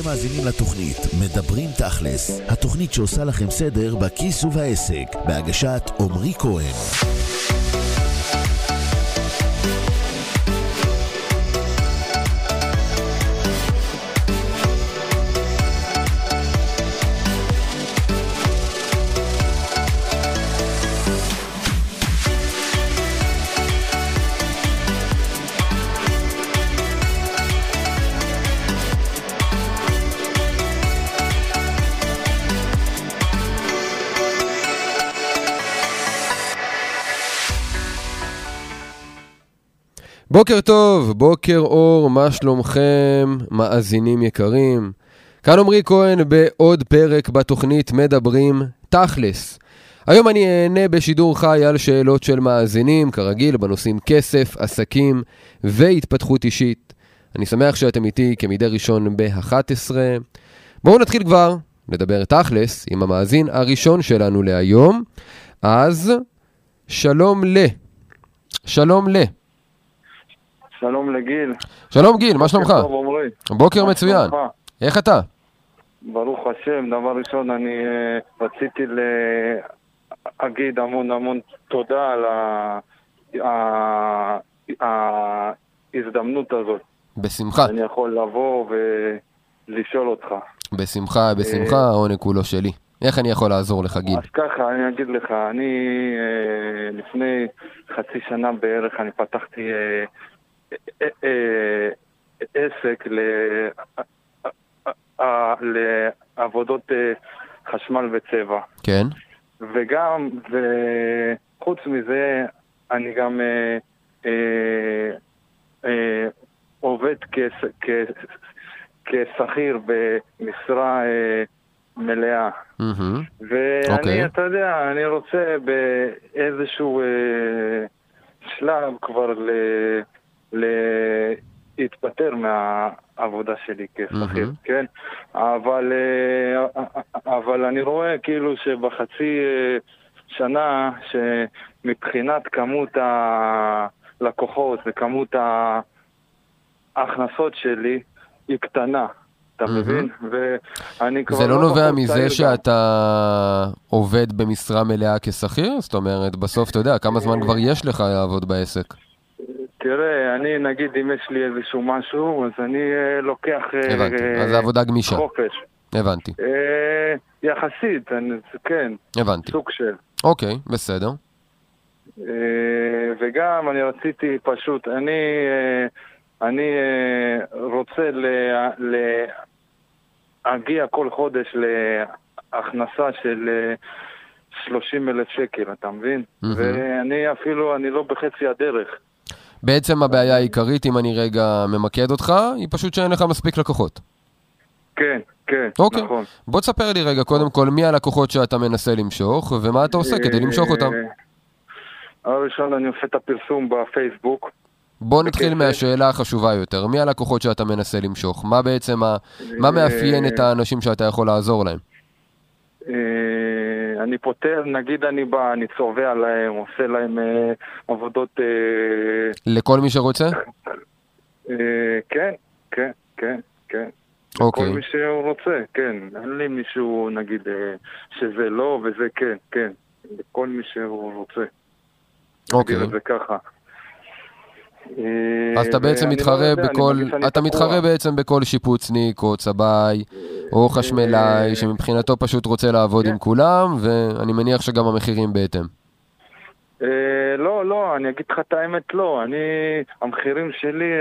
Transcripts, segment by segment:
מאזינים לתוכנית מדברים תכלס, התוכנית שעושה לכם סדר בכיס ובעסק, בהגשת עומרי כהן. בוקר טוב, בוקר אור, מה שלומכם, מאזינים יקרים? כאן עומרי כהן בעוד פרק בתוכנית מדברים תכלס. היום אני אענה בשידור חי על שאלות של מאזינים, כרגיל בנושאים כסף, עסקים והתפתחות אישית. אני שמח שאתם איתי כמדי ראשון ב-11. בואו נתחיל כבר לדבר תכלס עם המאזין הראשון שלנו להיום. אז שלום שלום שלום גיל, מה שלומך? בוקר מצוין. איך אתה? ברוך השם. דבר ראשון אני רציתי להגיד המון תודה על ההזדמנות הזאת. בשמחה. אני יכול לבוא ולשאול אותך. בשמחה, העונג כולו שלי. איך אני יכול לעזור לך, גיל? אז ככה, אני אגיד לך, אני לפני חצי שנה בערך אני פתחתי עסק לעבודות חשמל וצבע. כן. וגם, וחוץ מזה, אני גם עובד כשכיר במשרה מלאה. ואני, אתה יודע, אני רוצה באיזשהו שלב כבר להתפטר מהעבודה שלי כשכיר, כן? אבל אני רואה כאילו שבחצי שנה שמבחינת כמות הלקוחות וכמות ההכנסות שלי היא קטנה, אתה מבין? זה לא נובע מזה שאתה עובד במשרה מלאה כשכיר? זאת אומרת, בסוף אתה יודע כמה זמן כבר יש לך לעבוד בעסק? תראה, אני נגיד אם יש לי איזשהו משהו, אז אני לוקח הבנתי, אז זה עבודה גמישה. חופש. הבנתי. יחסית, כן. הבנתי. סוג של. אוקיי, בסדר. וגם אני רציתי פשוט, אני רוצה להגיע כל חודש להכנסה של 30,000 שקל, אתה מבין? ואני אפילו, אני לא בחצי הדרך. בעצם הבעיה העיקרית, אם אני רגע ממקד אותך, היא פשוט שאין לך מספיק לקוחות. כן, אוקיי. נכון. בוא תספר לי רגע, קודם כל, מי הלקוחות שאתה מנסה למשוך, ומה אתה עושה כדי למשוך אותם? הראשון, אני עושה את הפרסום בפייסבוק. בוא נתחיל מהשאלה החשובה יותר. מי הלקוחות שאתה מנסה למשוך? מה בעצם, מה מאפיין את האנשים שאתה יכול לעזור להם? אני פותר, נגיד אני בא, אני צובע להם, עושה להם עבודות... לכל מי שרוצה? כן. לכל מי שהוא רוצה, כן. אין לי מישהו, נגיד, שזה לא וזה כן. לכל מי שהוא רוצה. אוקיי. נגיד את זה ככה. אז אתה בעצם מתחרה בעצם בכל שיפוצניק או צבאי או חשמלאי שמבחינתו פשוט רוצה לעבוד עם כולם, ואני מניח שגם המחירים בהתאם. לא, אני אגיד לך את האמת, לא. המחירים שלי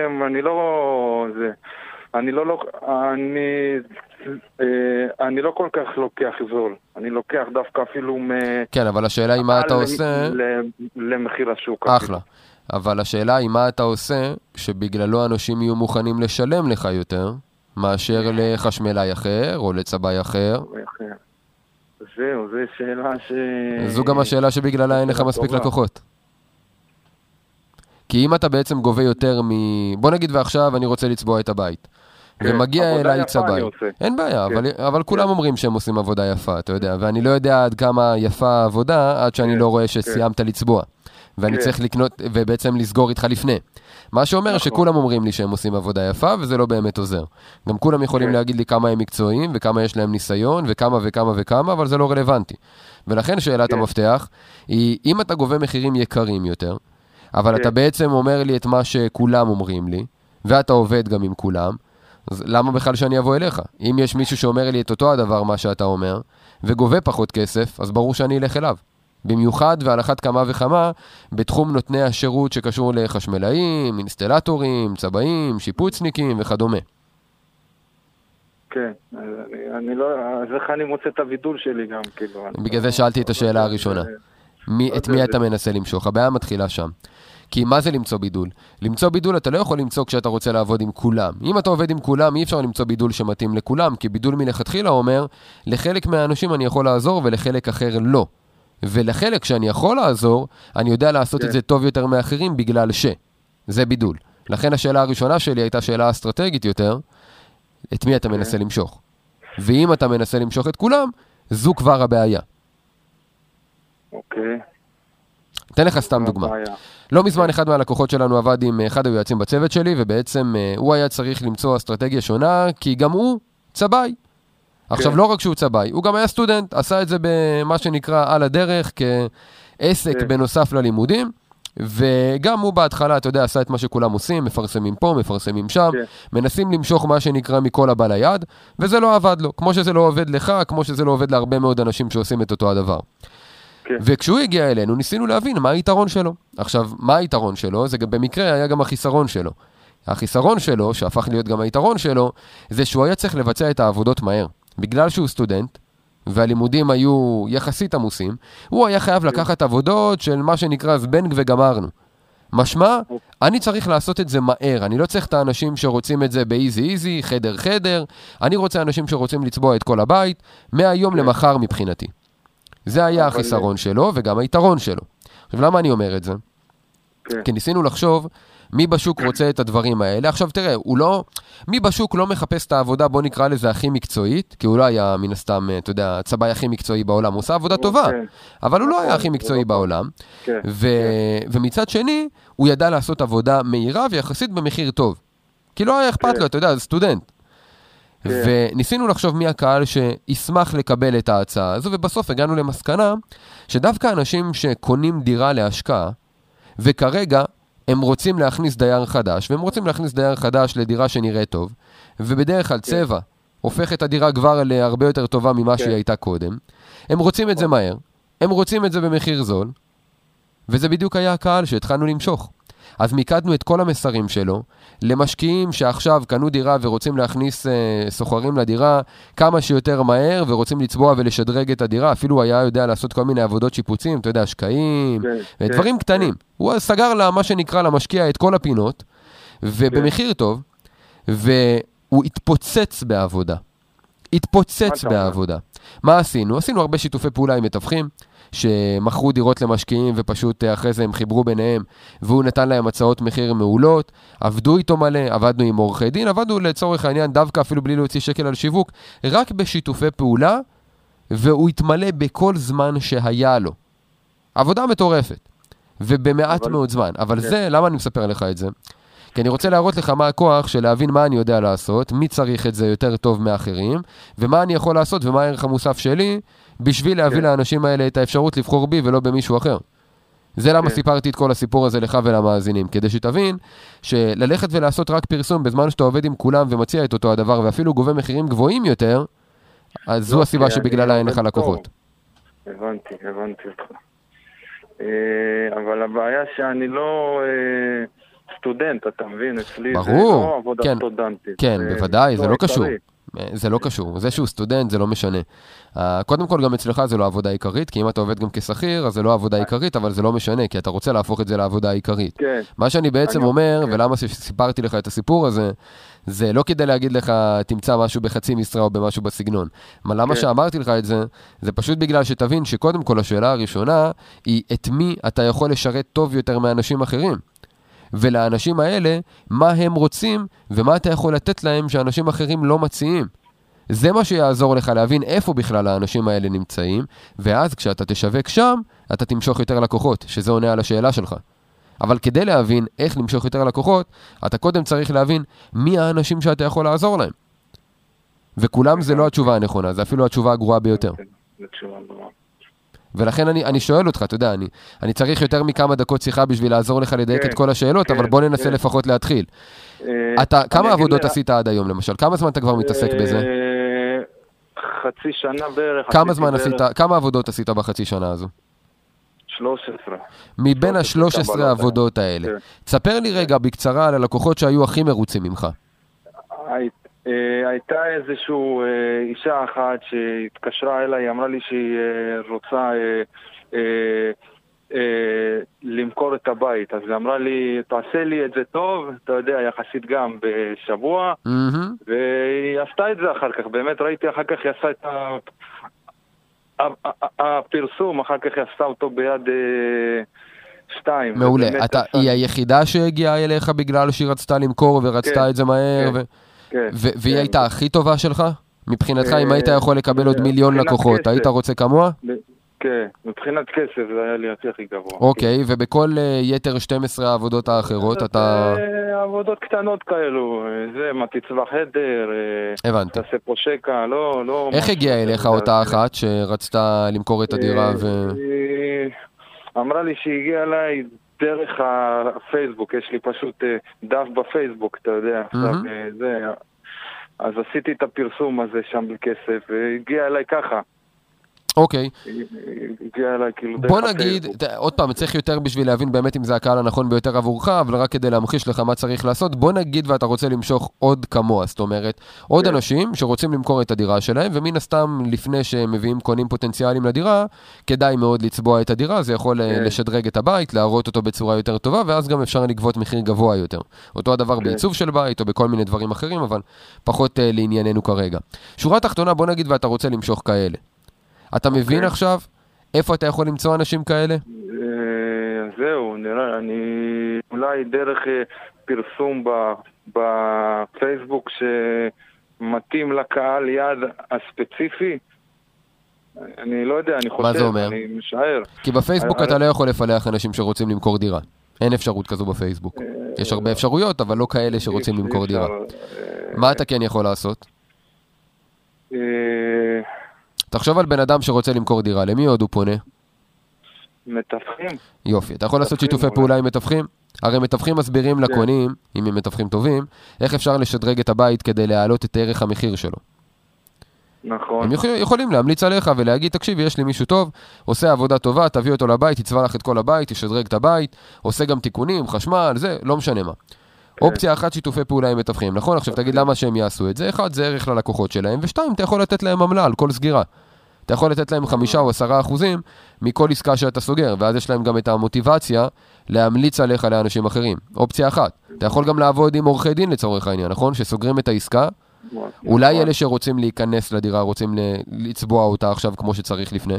אני לא כל כך לוקח זול. אני לוקח דווקא אפילו כן, אבל השאלה היא מה אתה עושה למחיר השוק. אחלה. אבל השאלה היא מה אתה עושה שבגללו אנשים יהיו מוכנים לשלם לך יותר מאשר לחשמלאי אחר או לצבאי אחר. זהו, זו שאלה זו גם השאלה שבגללה אין לך מספיק לקוחות. כי אם אתה בעצם גובה יותר בוא נגיד ועכשיו אני רוצה לצבוע את הבית. ומגיע אליי צבאי. אין בעיה, אבל כולם אומרים שהם עושים עבודה יפה, אתה יודע. ואני לא יודע עד כמה יפה העבודה עד שאני לא רואה שסיימת לצבוע. ואני צריך לקנות, ובעצם לסגור איתך לפני. מה שאומר שכולם אומרים לי שהם עושים עבודה יפה, וזה לא באמת עוזר. גם כולם יכולים להגיד לי כמה הם מקצועיים, וכמה יש להם ניסיון, וכמה וכמה וכמה, אבל זה לא רלוונטי. ולכן שאלת המפתח היא, אם אתה גובה מחירים יקרים יותר, אבל אתה בעצם אומר לי את מה שכולם אומרים לי, ואתה עובד גם עם כולם, אז למה בכלל שאני אבוא אליך? אם יש מישהו שאומר לי את אותו הדבר מה שאתה אומר, וגובה פחות כסף, אז ברור שאני אלך אליו. במיוחד ועל אחת כמה וכמה, בתחום נותני השירות שקשור לחשמלאים, אינסטלטורים, צבעים, שיפוצניקים וכדומה. כן, אני לא, אז איך אני מוצא את הבידול שלי גם, כאילו. בגלל זה שאלתי את השאלה הראשונה. את מי אתה מנסה למשוך? הבעיה מתחילה שם. כי מה זה למצוא בידול? למצוא בידול אתה לא יכול למצוא כשאתה רוצה לעבוד עם כולם. אם אתה עובד עם כולם, אי אפשר למצוא בידול שמתאים לכולם, כי בידול מלכתחילה אומר, לחלק מהאנשים אני יכול לעזור ולחלק אחר לא. ולחלק שאני יכול לעזור, אני יודע לעשות את זה טוב יותר מאחרים בגלל זה בידול. לכן השאלה הראשונה שלי הייתה שאלה אסטרטגית יותר, את מי אתה מנסה למשוך? ואם אתה מנסה למשוך את כולם, זו כבר הבעיה. אוקיי. אתן לך סתם דוגמה. לא מזמן אחד מהלקוחות שלנו עבד עם אחד היועצים בצוות שלי, ובעצם הוא היה צריך למצוא אסטרטגיה שונה, כי גם הוא צבאי. עכשיו לא רק שהוא צבאי, הוא גם היה סטודנט, עשה את זה במה שנקרא על הדרך, כעסק בנוסף ללימודים, וגם הוא בהתחלה, אתה יודע, עשה את מה שכולם עושים, מפרסמים פה, מפרסמים שם, מנסים למשוך מה שנקרא מכל הבא ליד, וזה לא עבד לו, כמו שזה לא עובד לך, כמו שזה לא עובד להרבה מאוד אנשים שעושים את אותו הדבר. וכשהוא הגיע אלינו, ניסינו להבין מה היתרון שלו. עכשיו, מה היתרון שלו? זה במקרה היה גם החיסרון שלו. החיסרון שלו, שהפך להיות גם היתרון שלו, זה שהוא היה צריך לבצע את העבודות מהר. בגלל שהוא סטודנט, והלימודים היו יחסית עמוסים, הוא היה חייב לקחת עבודות של מה שנקרא זבנג וגמרנו. משמע, אני צריך לעשות את זה מהר, אני לא צריך את האנשים שרוצים את זה באיזי, חדר, אני רוצה אנשים שרוצים לצבוע את כל הבית, מהיום למחר מבחינתי. זה היה החיסרון שלו וגם היתרון שלו. עכשיו, למה אני אומר את זה? כי ניסינו לחשוב מי בשוק רוצה את הדברים האלה. עכשיו תראה, מי בשוק לא מחפש את העבודה, בוא נקרא לזה הכי מקצועית, כי הוא לא היה מן הסתם, אתה יודע, הצבאי הכי מקצועי בעולם, הוא עושה עבודה טובה, אבל הוא לא היה הכי מקצועי בעולם, ומצד שני, הוא ידע לעשות עבודה מהירה ויחסית במחיר טוב. כי לא היה אכפת לו, אתה יודע, זה סטודנט. וניסינו לחשוב מי הקהל שישמח לקבל את ההצעה הזו, ובסוף הגענו למסקנה שדווקא אנשים שקונים דירה להשקעה, וכרגע הם רוצים להכניס דייר חדש, והם רוצים להכניס דייר חדש לדירה שנראה טוב, ובדרך כלל צבע הופך את הדירה כבר להרבה יותר טובה ממה שהיא הייתה קודם. הם רוצים את זה מהר, הם רוצים את זה במחיר זול, וזה בדיוק היה הקהל שהתחלנו למשוך. אז מיקדנו את כל המסרים שלו למשקיעים שעכשיו קנו דירה ורוצים להכניס סוחרים לדירה כמה שיותר מהר ורוצים לצבוע ולשדרג את הדירה. אפילו הוא היה יודע לעשות כל מיני עבודות שיפוצים, אתה יודע, שקעים, דברים קטנים. הוא סגר לה מה שנקרא למשקיע את כל הפינות ובמחיר טוב, והוא התפוצץ בעבודה. התפוצץ בעבודה. מה עשינו? עשינו הרבה שיתופי פעולה עם מתווכים, שמכרו דירות למשקיעים ופשוט אחרי זה הם חיברו ביניהם, והוא נתן להם הצעות מחיר מעולות, עבדו איתו מלא, עבדנו עם עורכי דין, עבדנו לצורך העניין דווקא אפילו בלי להוציא שקל על שיווק, רק בשיתופי פעולה, והוא התמלא בכל זמן שהיה לו. עבודה מטורפת, ובמעט מאוד זמן. אבל זה, למה אני מספר לך את זה? כי אני רוצה להראות לך מה הכוח של להבין מה אני יודע לעשות, מי צריך את זה יותר טוב מאחרים, ומה אני יכול לעשות ומה הערך המוסף שלי, בשביל להביא לאנשים האלה את האפשרות לבחור בי ולא במישהו אחר. זה למה סיפרתי את כל הסיפור הזה לך ולמאזינים, כדי שתבין שללכת ולעשות רק פרסום בזמן שאתה עובד עם כולם ומציע את אותו הדבר, ואפילו גובה מחירים גבוהים יותר, אז זו הסיבה שבגללה אין לך לקוחות. הבנתי אותך. אבל הבעיה שאני לא סטודנט, אתה מבין? אצלי זה לא עבודה סטודנטית. כן, בוודאי, זה לא קשור. זה לא קשור. זה שהוא סטודנט, זה לא משנה. קודם כל, גם אצלך זה לא עבודה עיקרית, כי אם אתה עובד גם כשכיר, אז זה לא עבודה עיקרית, אבל זה לא משנה, כי אתה רוצה להפוך את זה לעבודה עיקרית. מה שאני בעצם אומר, ולמה סיפרתי לך את הסיפור הזה, זה לא כדי להגיד לך, תמצא משהו בחצי משרה או במשהו בסגנון. למה שאמרתי לך את זה, זה פשוט בגלל שתבין שקודם כל השאלה הראשונה, היא את מי אתה יכול לשרת טוב יותר מאנשים אחרים. ולאנשים האלה, מה הם רוצים ומה אתה יכול לתת להם שאנשים אחרים לא מציעים. זה מה שיעזור לך להבין איפה בכלל האנשים האלה נמצאים, ואז כשאתה תשווק שם, אתה תמשוך יותר לקוחות, שזה עונה על השאלה שלך. אבל כדי להבין איך למשוך יותר לקוחות, אתה קודם צריך להבין מי האנשים שאתה יכול לעזור להם. וכולם זה לא התשובה הנכונה, זה אפילו התשובה הגרועה ביותר. ולכן אני שואל אותך, אתה יודע, אני צריך יותר מכמה דקות שיחה בשביל לעזור לך לדייק את כל השאלות, אבל בוא ננסה לפחות להתחיל. כמה עבודות עשית עד היום, למשל? כמה זמן אתה כבר מתעסק בזה? חצי שנה בערך. כמה עבודות עשית בחצי שנה הזו? 13. מבין ה-13 העבודות האלה. תספר לי רגע בקצרה על הלקוחות שהיו הכי מרוצים ממך. הייתה איזשהו אישה אחת שהתקשרה אליי, היא אמרה לי שהיא רוצה למכור את הבית. אז היא אמרה לי, תעשה לי את זה טוב, אתה יודע, יחסית גם בשבוע, והיא עשתה את זה אחר כך. באמת ראיתי אחר כך היא עשה את הפרסום, אחר כך היא עשתה אותו ביד 2. מעולה. היא היחידה שהגיעה אליך בגלל שהיא רצתה למכור ורצתה את זה מהר? והיא הייתה הכי טובה שלך? מבחינתך, אם היית יכול לקבל עוד 1,000,000 לקוחות, היית רוצה כמוה? כן, מבחינת כסף זה היה לי הכי גבוה. אוקיי, ובכל יתר 12 העבודות האחרות אתה... עבודות קטנות כאלו, זה מה תצבע חדר, הבנתי. תעשה פה שקע, לא... איך הגיעה אליך אותה אחת שרצתה למכור את הדירה אמרה לי שהיא הגיעה אליי דרך הפייסבוק, יש לי פשוט דף בפייסבוק, אתה יודע, אז עשיתי את הפרסום הזה שם בכסף, והגיעה אליי ככה. אוקיי. הגיעה אליי כאילו דרך בוא נגיד, עוד פעם, צריך יותר בשביל להבין באמת אם זה הקהל הנכון ביותר עבורך, אבל רק כדי להמחיש לך מה צריך לעשות, בוא נגיד ואתה רוצה למשוך עוד כמוה, זאת אומרת, עוד אנשים שרוצים למכור את הדירה שלהם, ומן הסתם לפני שהם מביאים קונים פוטנציאליים לדירה, כדאי מאוד לצבוע את הדירה, זה יכול לשדרג את הבית, להראות אותו בצורה יותר טובה, ואז גם אפשר לגבות מחיר גבוה יותר. אותו הדבר בעיצוב של בית או בכל מיני דברים אחרים, אבל פחות לענייננו כרגע. שורה תחתונה, בוא נגיד ואתה רוצה למשוך כאלה. אתה מבין עכשיו איפה אתה יכול למצוא אנשים כאלה? זהו, נראה, אני אולי דרך פרסום בפייסבוק שמתאים לקהל יד הספציפי, אני לא יודע, אני חושב, מה זה אומר? אני משער. כי בפייסבוק אתה לא יכול לפלח אנשים שרוצים למכור דירה. אין אפשרות כזו בפייסבוק. יש הרבה אפשרויות, אבל לא כאלה שרוצים למכור דירה. מה אתה כן יכול לעשות? תחשוב על בן אדם שרוצה למכור דירה, למי עוד הוא פונה? מתווכים. יופי, אתה יכול לעשות שיתופי פעולה עם מתווכים? הרי מתווכים מסבירים לקונים, אם הם מתווכים טובים, איך אפשר לשדרג את הבית כדי להעלות את ערך המחיר שלו. נכון. הם יכולים להמליץ עליך ולהגיד, תקשיב, יש לי מישהו טוב, עושה עבודה טובה, תביא אותו לבית, יצבע לך את כל הבית, ישדרג את הבית, עושה גם תיקונים, חשמל, זה, לא משנה מה. אופציה אחת, שיתופי פעולה עם מתווכים, נכון? עכשיו תגיד למה שהם יעשו את זה. אחד, זה ערך ללקוחות שלהם, ושתיים, אתה יכול לתת להם עמלה על כל סגירה. אתה יכול לתת להם 5 או 10% מכל עסקה שאתה סוגר, ואז יש להם גם את המוטיבציה להמליץ עליך לאנשים אחרים. אופציה אחת, אתה יכול גם לעבוד עם עורכי דין לצורך העניין, נכון? שסוגרים את העסקה, אולי אלה שרוצים להיכנס לדירה, רוצים לצבוע אותה עכשיו כמו שצריך לפני.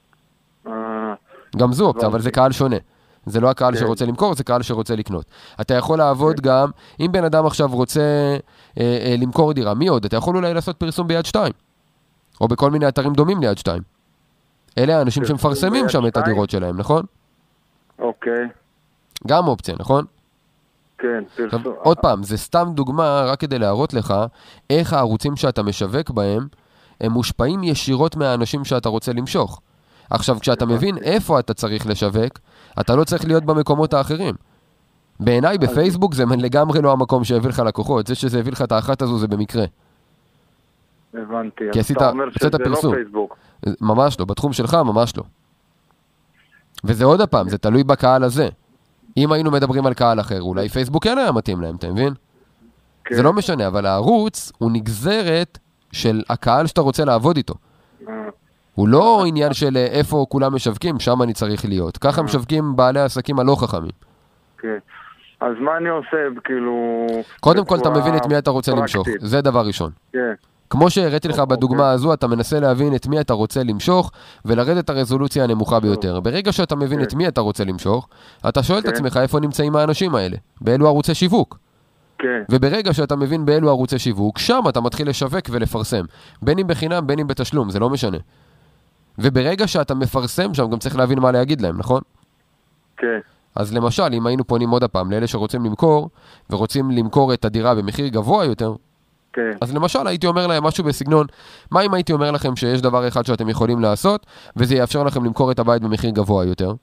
גם זו אופציה, אבל זה קהל שונה. זה לא הקהל שרוצה למכור, זה קהל שרוצה לקנות. אתה יכול לעבוד גם, אם בן אדם עכשיו רוצה למכור דירה, מי עוד? אתה יכול אולי לעשות פרסום ביד 2, או בכל מיני אתרים דומים ליד 2. אלה האנשים שמפרסמים שם את הדירות שלהם, נכון? אוקיי. גם אופציה, נכון? כן, פרסום. עוד פעם, זה סתם דוגמה רק כדי להראות לך איך הערוצים שאתה משווק בהם, הם מושפעים ישירות מהאנשים שאתה רוצה למשוך. עכשיו, כשאתה מבין איפה אתה צריך לשווק, אתה לא צריך להיות במקומות האחרים. בעיניי, בפייסבוק זה לגמרי לא המקום שהביא לך לקוחות. זה שזה הביא לך את האחת הזו, זה במקרה. הבנתי. כי אתה אומר שזה לא פייסבוק. ממש לא, בתחום שלך ממש לא. וזה עוד הפעם, זה תלוי בקהל הזה. אם היינו מדברים על קהל אחר, אולי פייסבוק כן היה מתאים להם, אתה מבין? זה לא משנה, אבל הערוץ הוא נגזרת של הקהל שאתה רוצה לעבוד איתו. הוא לא עניין של איפה כולם משווקים, שם אני צריך להיות. ככה משווקים בעלי העסקים הלא חכמים. כן. אז מה אני עושה, כאילו... קודם כל אתה מבין את מי אתה רוצה למשוך. זה דבר ראשון. כן. כמו שהראיתי לך בדוגמה הזו, אתה מנסה להבין את מי אתה רוצה למשוך, ולרדת את הרזולוציה הנמוכה ביותר. ברגע שאתה מבין את מי אתה רוצה למשוך, אתה שואל את עצמך איפה נמצאים האנשים האלה. באלו ערוצי שיווק. וברגע שאתה מבין באלו ערוצי שיווק, שם אתה מתחיל לשווק ולפרסם. בין אם בחינם, בין אם בתשלום, זה לא משנה. וברגע שאתה מפרסם שם, גם צריך להבין מה להגיד להם, נכון? כן. אז למשל, אם היינו פונים עוד הפעם לאלה שרוצים למכור, ורוצים למכור את הדירה במחיר גבוה יותר, כן. אז למשל הייתי אומר להם משהו בסגנון, מה אם הייתי אומר לכם שיש דבר אחד שאתם יכולים לעשות, וזה יאפשר לכם למכור את הבית במחיר גבוה יותר?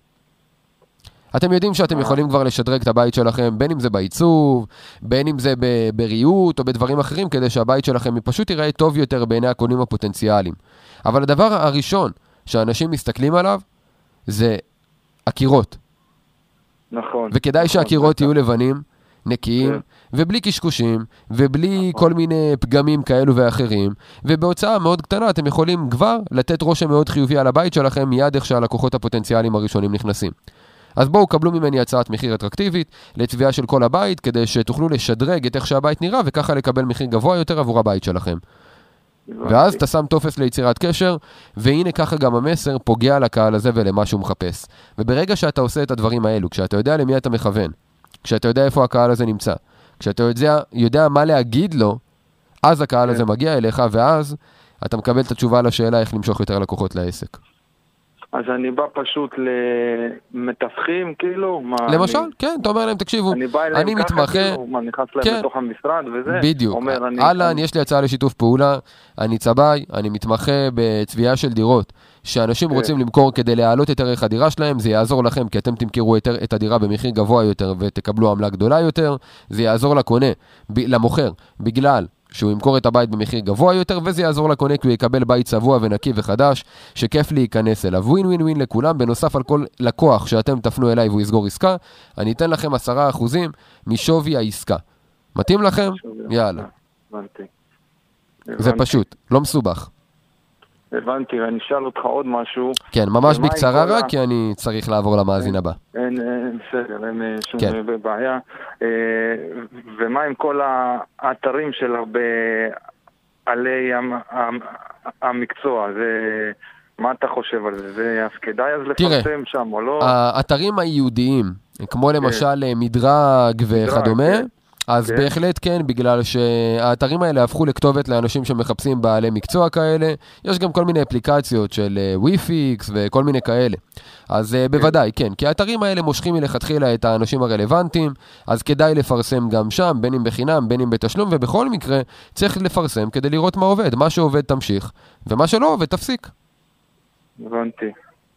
אתם יודעים שאתם יכולים כבר לשדרג את הבית שלכם, בין אם זה בעיצוב, בין אם זה בריאות או בדברים אחרים, כדי שהבית שלכם פשוט ייראה טוב יותר בעיני הקונים הפוטנציאליים. אבל הדבר הראשון שאנשים מסתכלים עליו, זה הקירות. נכון. וכדאי שהקירות יהיו לבנים, נקיים, ובלי קשקושים, ובלי כל מיני פגמים כאלו ואחרים, ובהוצאה מאוד קטנה אתם יכולים כבר לתת רושם מאוד חיובי על הבית שלכם, מיד איך שהלקוחות הפוטנציאליים הראשונים נכנסים. אז בואו קבלו ממני הצעת מחיר אטרקטיבית לצביעה של כל הבית, כדי שתוכלו לשדרג את איך שהבית נראה, וככה לקבל מחיר גבוה יותר עבור הבית שלכם. ואז אתה שם טופס ליצירת קשר, והנה ככה גם המסר פוגע לקהל הזה ולמה שהוא מחפש. וברגע שאתה עושה את הדברים האלו, כשאתה יודע למי אתה מכוון, כשאתה יודע איפה הקהל הזה נמצא, כשאתה יודע מה להגיד לו, אז הקהל הזה מגיע אליך, ואז אתה מקבל את התשובה לשאלה איך למשוך יותר לקוחות לעסק. אז אני בא פשוט למתווכים, כאילו? למשל, כן, אתה אומר להם, תקשיבו, אני מתמחה, מה, נכנס להם בתוך המשרד וזה? בדיוק, אהלן, יש לי הצעה לשיתוף פעולה, אני צבאי, אני מתמחה בצביעה של דירות, שאנשים רוצים למכור כדי להעלות את ערך הדירה שלהם, זה יעזור לכם, כי אתם תמכרו את הדירה במחיר גבוה יותר, ותקבלו עמלה גדולה יותר, זה יעזור לקונה, למוכר, בגלל שהוא ימכור את הבית במחיר גבוה יותר, וזה יעזור לקונה כי הוא יקבל בית צבוע ונקי וחדש, שכיף להיכנס אליו. ווין ווין ווין לכולם, בנוסף על כל לקוח שאתם תפנו אליי והוא יסגור עסקה, אני אתן לכם 10% משווי העסקה. מתאים לכם? יאללה. הבנתי. זה פשוט, לא מסובך. הבנתי, ואני אשאל אותך עוד משהו. כן, ממש בקצרה רק, כי אני צריך לעבור למאזין הבא. אין בסדר, אין שום בעיה. ומה עם כל האתרים של הרבה עלי המקצוע? מה אתה חושב על זה? זה כדאי אז לפרסם שם או לא? האתרים היהודיים, כמו למשל מדרג וכדומה, אז בהחלט כן, בגלל שהאתרים האלה הפכו לכתובת לאנשים שמחפשים בעלי מקצוע כאלה. יש גם כל מיני אפליקציות של וויפיקס וכל מיני כאלה. אז בוודאי, כן, כי האתרים האלה מושכים מלכתחילה את האנשים הרלוונטיים, אז כדאי לפרסם גם שם, בין אם בחינם, בין אם בתשלום, ובכל מקרה צריך לפרסם כדי לראות מה עובד. מה שעובד תמשיך, ומה שלא עובד תפסיק. הבנתי.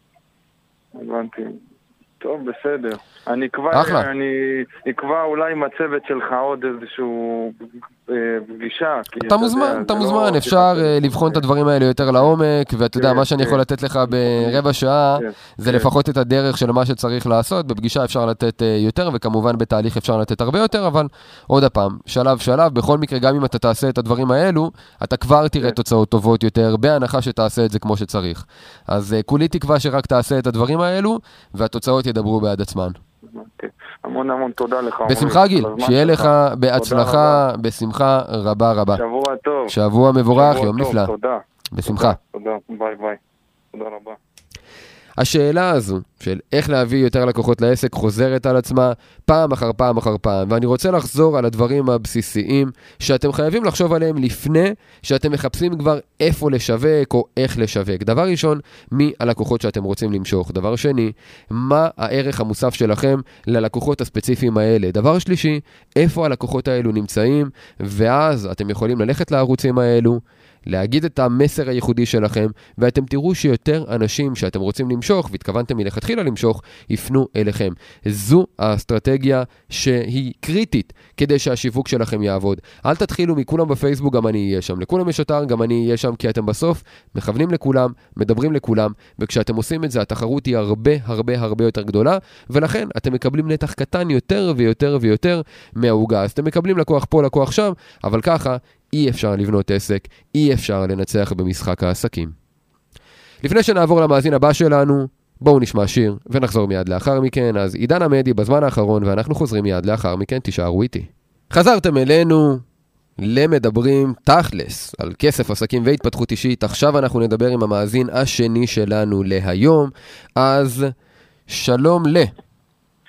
טוב, בסדר. אני אקבע אולי עם הצוות שלך עוד איזשהו פגישה. אתה מוזמן, אפשר לבחון את הדברים האלה יותר לעומק, ואתה יודע, מה שאני יכול לתת לך ברבע שעה, זה לפחות את הדרך של מה שצריך לעשות. בפגישה אפשר לתת יותר, וכמובן בתהליך אפשר לתת הרבה יותר, אבל עוד הפעם, שלב, בכל מקרה, גם אם אתה תעשה את הדברים האלו, אתה כבר תראה תוצאות טובות יותר, בהנחה שתעשה את זה כמו שצריך. אז כולי תקווה שרק תעשה את הדברים האלו, והתוצאות ידברו בעד עצמן. המון תודה לך. בשמחה גיל, שיהיה לך בהצלחה, בשמחה רבה. שבוע טוב. שבוע מבורך, יום נפלא. תודה. בשמחה. תודה, ביי. תודה רבה. השאלה הזו של איך להביא יותר לקוחות לעסק חוזרת על עצמה פעם אחר פעם, ואני רוצה לחזור על הדברים הבסיסיים שאתם חייבים לחשוב עליהם לפני שאתם מחפשים כבר איפה לשווק או איך לשווק. דבר ראשון, מי הלקוחות שאתם רוצים למשוך. דבר שני, מה הערך המוסף שלכם ללקוחות הספציפיים האלה. דבר שלישי, איפה הלקוחות האלו נמצאים, ואז אתם יכולים ללכת לערוצים האלו, להגיד את המסר הייחודי שלכם, ואתם תראו שיותר אנשים שאתם רוצים למשוך, והתכוונתם מלכתחילה למשוך, יפנו אליכם. זו האסטרטגיה שהיא קריטית כדי שהשיווק שלכם יעבוד. אל תתחילו מכולם בפייסבוק, גם אני אהיה שם. לכולם יש אתר, גם אני אהיה שם, כי אתם בסוף מכוונים לכולם, מדברים לכולם, וכשאתם עושים את זה, התחרות היא הרבה יותר גדולה, ולכן אתם מקבלים נתח קטן יותר ויותר מהעוגה. אז אתם מקבלים לקוח פה, לקוח שם, אבל ככה אי אפשר לבנות עסק, אי אפשר לנצח במשחק העסקים. לפני שנעבור למאזין הבא שלנו, בואו נשמע שיר ונחזור מיד לאחר מכן. אז עידן עמדי בזמן האחרון, ואנחנו חוזרים מיד לאחר מכן, תישארו איתי. חזרתם אלינו למדברים תכלס על כסף, עסקים והתפתחות אישית. עכשיו אנחנו נדבר עם המאזין השני שלנו להיום. אז שלום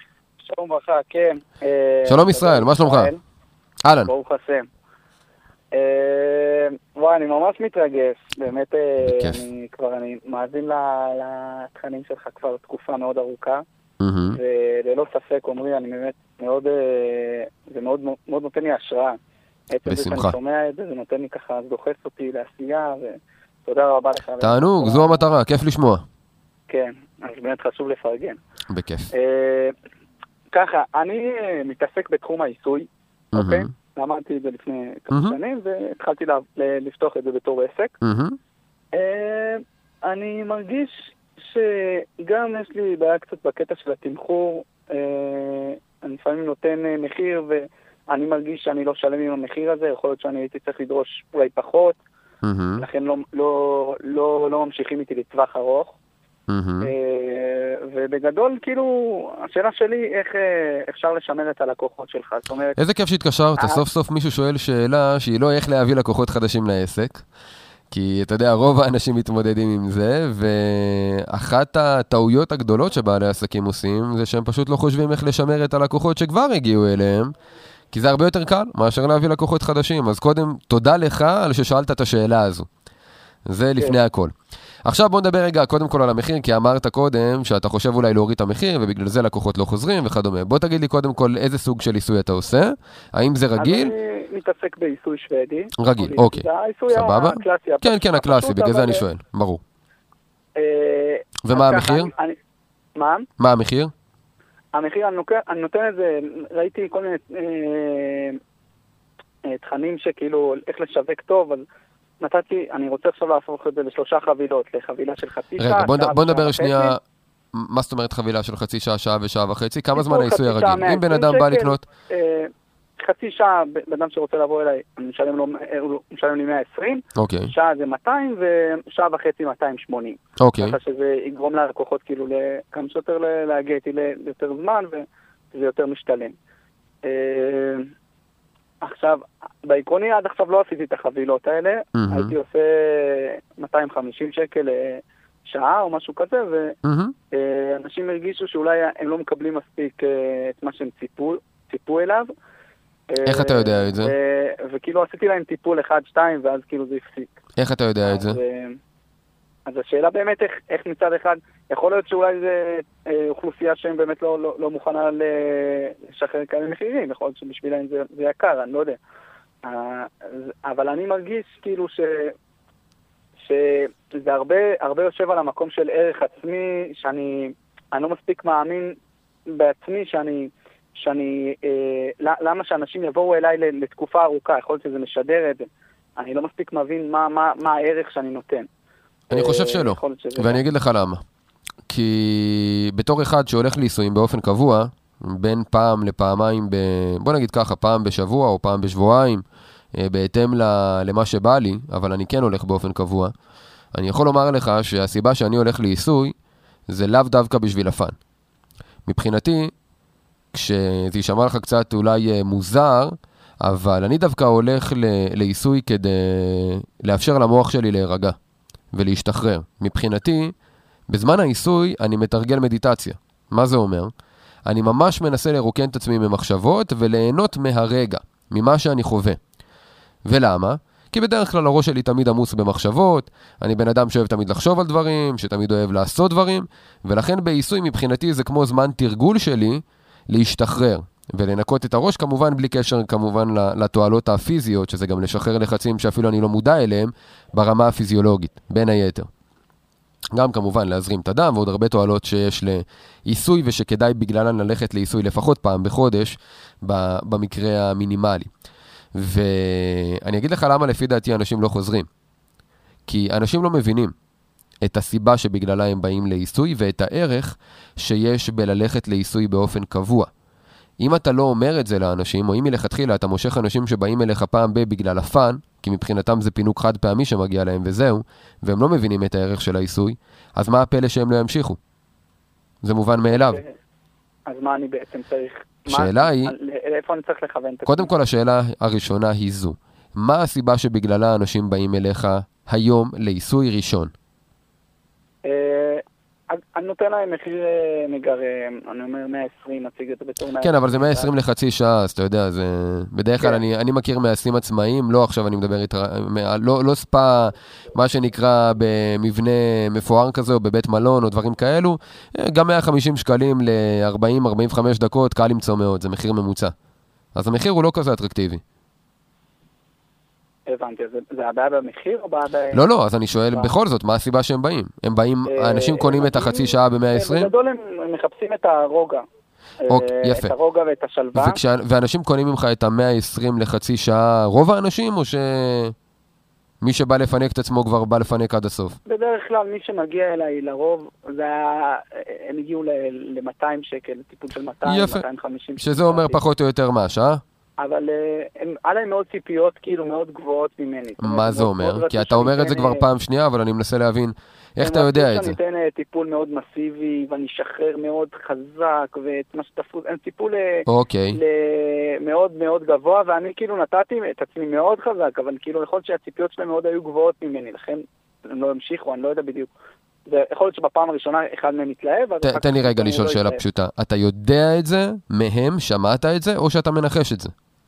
שלום ברכה, כן. שלום ישראל, מה שלומך? אהלן. ברוך השם. וואי, אני ממש מתרגש, באמת, אני מאזין לתכנים שלך כבר תקופה מאוד ארוכה, וללא ספק, עומרי, אני באמת זה מאוד נותן לי השראה. בשמחה. שאני שומע את זה, זה נותן לי ככה, דוחס אותי לעשייה, ותודה רבה לך. תענוג, זו המטרה, כיף לשמוע. כן, אז באמת חשוב לפרגן. בכיף. ככה, אני מתעסק בתחום העיסוי, אוקיי? למדתי את זה לפני כמה שנים, והתחלתי לפתוח את זה בתור עסק. אני מרגיש שגם יש לי בעיה קצת בקטע של התמחור, אני לפעמים נותן מחיר, ואני מרגיש שאני לא שלם עם המחיר הזה, יכול להיות שאני הייתי צריך לדרוש אולי פחות, לכן לא ממשיכים איתי לטווח ארוך. ובגדול, כאילו, השאלה שלי, איך אפשר לשמר את הלקוחות שלך? זאת אומרת... איזה כיף שהתקשרת, סוף סוף מישהו שואל שאלה שהיא לא איך להביא לקוחות חדשים לעסק, כי אתה יודע, רוב האנשים מתמודדים עם זה, ואחת הטעויות הגדולות שבעלי עסקים עושים, זה שהם פשוט לא חושבים איך לשמר את הלקוחות שכבר הגיעו אליהם, כי זה הרבה יותר קל מאשר להביא לקוחות חדשים. אז קודם, תודה לך על ששאלת את השאלה הזו. זה לפני הכל. עכשיו בוא נדבר רגע קודם כל על המחיר, כי אמרת קודם שאתה חושב אולי להוריד את המחיר, ובגלל זה לקוחות לא חוזרים וכדומה. בוא תגיד לי קודם כל איזה סוג של עיסוי אתה עושה, האם זה רגיל? אני מתעסק בעיסוי שוודי. רגיל, אוקיי. סבבה? כן, כן, הקלאסי, בגלל זה אני שואל, ברור. ומה המחיר? מה? מה המחיר? המחיר, אני נותן את זה, ראיתי כל מיני תכנים שכאילו איך לשווק טוב, אז נתתי, אני רוצה עכשיו להפוך את זה ל3 חבילות, לחבילה של חצי שעה. רגע, בוא נדבר שנייה, מה זאת אומרת חבילה של חצי שעה, שעה ושעה וחצי? כמה זמן העיסוי הרגיל? אם בן אדם בא לקנות... חצי שעה, בן אדם שרוצה לבוא אליי, אני משלם לי 120, שעה זה 200 ושעה וחצי 280. ככה שזה יגרום ללקוחות כאילו כמה שיותר להגיע איתי ליותר זמן וזה יותר משתלם. עכשיו, בעקרוני עד עכשיו לא עשיתי את החבילות האלה, הייתי עושה 250 שקל שעה או משהו כזה, ואנשים הרגישו שאולי הם לא מקבלים מספיק את מה שהם ציפו אליו. איך אתה יודע את זה? וכאילו עשיתי להם טיפול 1-2 ואז כאילו זה הפסיק. איך אתה יודע את זה? אז השאלה באמת איך מצד אחד, יכול להיות שאולי זה אוכלוסייה שהם באמת לא מוכנה לשחרר כאלה מחירים, יכול להיות שבשבילם זה יקר, אני לא יודע. אבל אני מרגיש כאילו שזה הרבה יושב על המקום של ערך עצמי, שאני לא מספיק מאמין בעצמי למה שאנשים יבואו אליי לתקופה ארוכה, יכול להיות שזה משדר את זה. אני לא מספיק מבין מה הערך שאני נותן. אני חושב שלא, ואני אגיד לך למה. כי בתור אחד שהולך לעיסויים באופן קבוע, בין פעם לפעמיים, בוא נגיד ככה, פעם בשבוע או פעם בשבועיים, בהתאם למה שבא לי, אבל אני כן הולך באופן קבוע, אני יכול לומר לך שהסיבה שאני הולך לעיסוי, זה לאו דווקא בשביל הפן. מבחינתי, כשזה יישמע לך קצת אולי מוזר, אבל אני דווקא הולך לעיסוי כדי לאפשר למוח שלי להירגע ולהשתחרר. מבחינתי, בזמן העיסוי אני מתרגל מדיטציה. מה זה אומר? אני ממש מנסה לרוקן את עצמי ממחשבות וליהנות מהרגע, ממה שאני חווה. ולמה? כי בדרך כלל הראש שלי תמיד עמוס במחשבות, אני בן אדם שאוהב תמיד לחשוב על דברים, שתמיד אוהב לעשות דברים, ולכן בעיסוי מבחינתי זה כמו זמן תרגול שלי להשתחרר ולנקות את הראש, כמובן בלי קשר כמובן לתועלות הפיזיות, שזה גם לשחרר לחצים שאפילו אני לא מודע אליהם, ברמה הפיזיולוגית, בין היתר. גם כמובן להזרים את הדם ועוד הרבה תועלות שיש לעיסוי, ושכדאי בגללן ללכת לעיסוי לפחות פעם בחודש, במקרה המינימלי. ואני אגיד לך למה לפי דעתי אנשים לא חוזרים. כי אנשים לא מבינים את הסיבה שבגללה הם באים לעיסוי, ואת הערך שיש בללכת לעיסוי באופן קבוע. אם אתה לא אומר את זה לאנשים, או אם מלכתחילה אתה מושך אנשים שבאים אליך פעם בגלל הפן, כי מבחינתם זה פינוק חד פעמי שמגיע להם וזהו, והם לא מבינים את הערך של העיסוי, אז מה הפלא שהם לא ימשיכו? זה מובן מאליו. אז מה אני בעצם צריך? השאלה היא... לאיפה אני צריך לכוון? קודם כל השאלה הראשונה היא זו. מה הסיבה שבגללה אנשים באים אליך היום לעיסוי ראשון? אני נותן להם מחיר מגרם, אני אומר 120, מציג את זה בתור 120. כן, אבל זה 120 לחצי שעה, אז אתה יודע, זה... בדרך כלל אני מכיר מעשים עצמאיים, לא עכשיו אני מדבר איתה, לא ספה, מה שנקרא במבנה מפואר כזה, או בבית מלון, או דברים כאלו, גם 150 שקלים ל-40-45 דקות, קל למצוא מאוד, זה מחיר ממוצע. אז המחיר הוא לא כזה אטרקטיבי. הבנתי, זה הבעיה במחיר או בעיה... לא, אז אני שואל בכל זאת, מה הסיבה שהם באים? הם באים, האנשים קונים את החצי שעה ב-120? בגדול הם מחפשים את הרוגע. יפה. את הרוגע ואת השלווה. ואנשים קונים ממך את ה-120 לחצי שעה, רוב האנשים, או שמי שבא לפנק את עצמו כבר בא לפנק עד הסוף? בדרך כלל מי שמגיע אליי לרוב, הם הגיעו ל-200 שקל, טיפול של 200, 250 שקל. שזה אומר פחות או יותר מה, שעה? אבל עליי מאוד ציפיות, כאילו מאוד גבוהות ממני. מה זה אומר? כי אתה אומר את זה כבר פעם שנייה, אבל אני מנסה להבין איך אתה יודע את זה. אני אתן טיפול מאוד מסיבי, ואני אשחרר מאוד חזק, ואת מה שתפוס, אין טיפול מאוד מאוד גבוה, ואני כאילו נתתי את עצמי מאוד חזק, אבל כאילו יכול להיות שהציפיות שלהם מאוד היו גבוהות ממני, לכן הם לא המשיכו, אני לא יודע בדיוק. זה יכול להיות שבפעם הראשונה אחד מהם מתלהב. תן לי רגע לשאול שאלה פשוטה. אתה יודע את זה מהם, שמעת את זה, או שאתה מנחש את זה?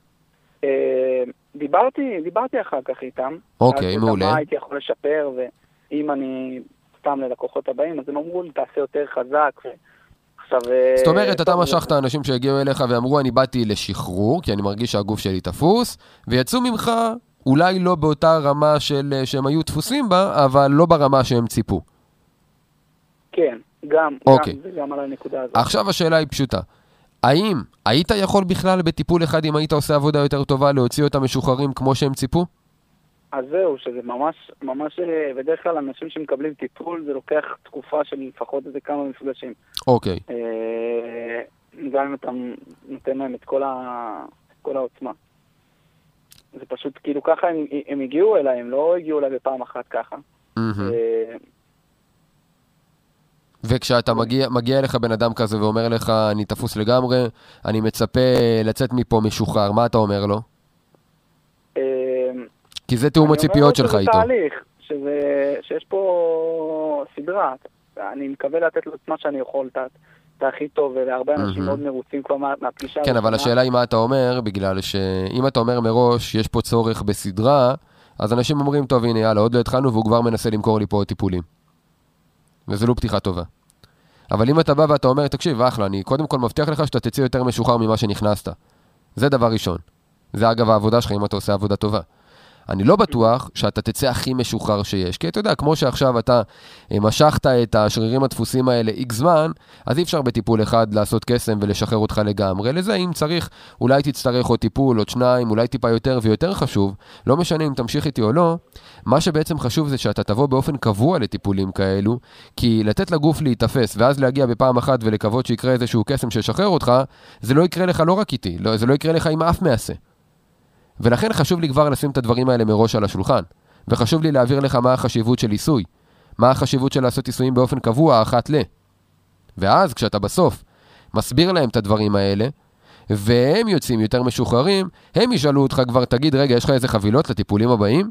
דיברתי אחר כך איתם. אוקיי, מעולה. מה הייתי יכול לשפר, ואם אני סתם ללקוחות הבאים, אז הם אמרו לי, תעשה יותר חזק. זאת אומרת, אתה משכת אנשים שהגיעו אליך ואמרו, אני באתי לשחרור, כי אני מרגיש שהגוף שלי תפוס, ויצאו ממך, אולי לא באותה רמה שהם היו תפוסים בה, אבל לא ברמה שהם ציפו. כן, גם על הנקודה הזאת. עכשיו השאלה היא פשוטה. האם היית יכול בכלל בטיפול אחד, אם היית עושה עבודה יותר טובה, להוציא אותם משוחררים כמו שהם ציפו? אז זהו, שזה ממש, בדרך כלל אנשים שמקבלים טיפול, זה לוקח תקופה של לפחות איזה כמה מפגשים. אוקיי. גם אם אתה נותן להם את כל העוצמה. זה פשוט, כאילו ככה הם הגיעו אליי, הם לא הגיעו אליי בפעם אחת ככה. וכשאתה מגיע אליך בן אדם כזה ואומר לך, אני תפוס לגמרי, אני מצפה לצאת מפה משוחרר, מה אתה אומר לו? כי זה תאום הציפיות שלך איתו. אני אומר שזה תהליך, שיש פה סדרה. אני מקווה לתת לו את מה שאני יכול, את הכי טוב, ולהרבה אנשים מאוד מרוצים כבר מהפגישה. כן, אבל השאלה היא מה אתה אומר, בגלל שאם אתה אומר מראש, יש פה צורך בסדרה, אז אנשים אומרים, טוב, הנה, יאללה, עוד לא התחלנו, והוא כבר מנסה למכור לי פה טיפולים. וזה לא פתיחה טובה. אבל אם אתה בא ואתה אומר, תקשיב, אחלה, אני קודם כל מבטיח לך שאתה תצא יותר משוחרר ממה שנכנסת. זה דבר ראשון. זה אגב העבודה שלך, אם אתה עושה עבודה טובה. אני לא בטוח שאתה תצא הכי משוחרר שיש, כי אתה יודע, כמו שעכשיו אתה משכת את השרירים הדפוסים האלה X זמן, אז אי אפשר בטיפול אחד לעשות קסם ולשחרר אותך לגמרי. לזה, אם צריך, אולי תצטרך עוד טיפול, עוד שניים, אולי טיפה יותר ויותר חשוב, לא משנה אם תמשיך איתי או לא, מה שבעצם חשוב זה שאתה תבוא באופן קבוע לטיפולים כאלו, כי לתת לגוף להתאפס, ואז להגיע בפעם אחת ולקוות שיקרה איזשהו קסם שישחרר אותך, זה לא יקרה לך לא רק איתי, זה לא יקרה לך עם אף מעשה. ולכן חשוב לי כבר לשים את הדברים האלה מראש על השולחן. וחשוב לי להעביר לך מה החשיבות של עיסוי. מה החשיבות של לעשות עיסויים באופן קבוע, אחת ל. ואז כשאתה בסוף מסביר להם את הדברים האלה, והם יוצאים יותר משוחררים, הם ישאלו אותך כבר, תגיד, רגע, יש לך איזה חבילות לטיפולים הבאים?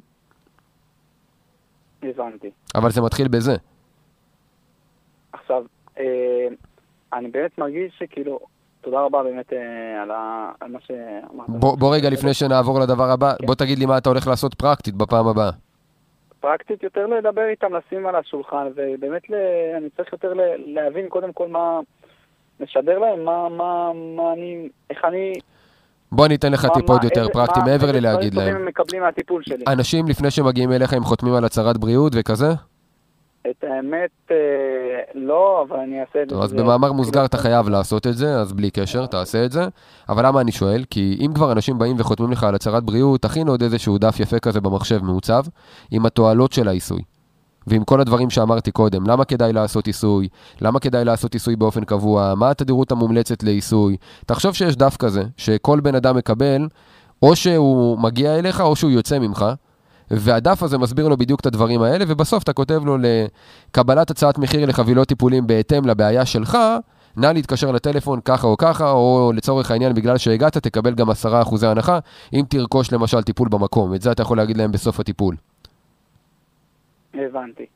הבנתי. אבל זה מתחיל בזה. עכשיו, אני באמת מרגיש שכאילו, תודה רבה באמת על מה שאמרת. בוא רגע לפני שנעבור לדבר הבא, בוא תגיד לי מה אתה הולך לעשות פרקטית בפעם הבאה. פרקטית יותר לדבר איתם, לשים על השולחן, ובאמת אני צריך יותר להבין קודם כל מה, לשדר להם, איך אני... בוא ניתן לך טיפ עוד יותר פרקטי, מעבר לי להגיד להם. איזה דברים מקבלים מהטיפול שלי. אנשים לפני שמגיעים אליך הם חותמים על הצהרת בריאות וכזה? את האמת, לא, אבל אני אעשה את זה. אז במאמר מוסגר אתה חייב לעשות את זה, אז בלי קשר, תעשה את זה. אבל למה אני שואל? כי אם כבר אנשים באים וחותמים לך על הצהרת בריאות, תכין עוד איזשהו דף יפה כזה במחשב מעוצב, עם התועלות של העיסוי. ועם כל הדברים שאמרתי קודם, למה כדאי לעשות עיסוי? למה כדאי לעשות עיסוי באופן קבוע? מה התדירות המומלצת לעיסוי? תחשוב שיש דף כזה, שכל בן אדם מקבל, או שהוא מגיע אליך, או שהוא יוצא ממך, והדף הזה מסביר לו בדיוק את הדברים האלה, ובסוף אתה כותב לו לקבלת הצעת מחיר לחבילות טיפולים בהתאם לבעיה שלך, נא להתקשר לטלפון ככה או ככה, או לצורך העניין בגלל שהגעת, תקבל גם 10% הנחה, אם תרכוש למשל טיפול במקום. את זה אתה יכול להגיד להם בסוף הטיפול. הבנתי.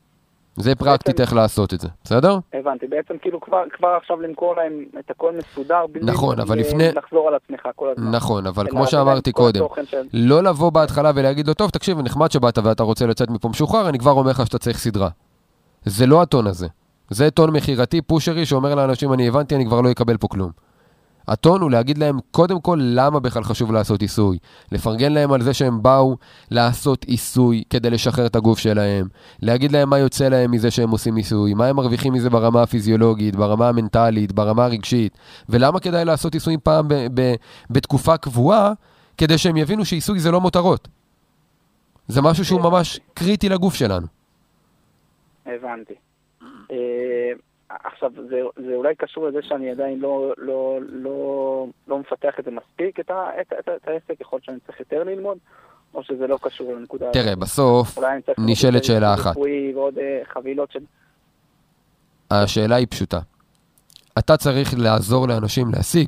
זה פרקטית איך לעשות את זה, בסדר? הבנתי, בעצם כאילו כבר עכשיו למכור להם את הכל מסודר, נכון, אבל לפני... לחזור על עצמך כל הזמן. נכון, אבל כמו שאמרתי קודם, לא לבוא בהתחלה ולהגיד לו, טוב, תקשיב, נחמד שבאת ואתה רוצה לצאת מפה משוחרר, אני כבר אומר לך שאתה צריך סדרה. זה לא הטון הזה. זה טון מחירתי, פושרי, שאומר לאנשים, אני הבנתי, אני כבר לא אקבל פה כלום. הטון הוא להגיד להם, קודם כל, למה בכלל חשוב לעשות עיסוי. לפרגן להם על זה שהם באו לעשות עיסוי כדי לשחרר את הגוף שלהם. להגיד להם מה יוצא להם מזה שהם עושים עיסוי, מה הם מרוויחים מזה ברמה הפיזיולוגית, ברמה המנטלית, ברמה הרגשית. ולמה כדאי לעשות עיסוי פעם בתקופה קבועה, כדי שהם יבינו שעיסוי זה לא מותרות. זה משהו שהוא ממש קריטי לגוף שלנו. הבנתי. עכשיו, זה אולי קשור לזה שאני עדיין לא מפתח את זה מספיק, את העסק, יכול שאני צריך יותר ללמוד, או שזה לא קשור לנקודה... תראה, בסוף נשאלת שאלה אחת. ועוד חבילות של... השאלה היא פשוטה. אתה צריך לעזור לאנשים להשיג.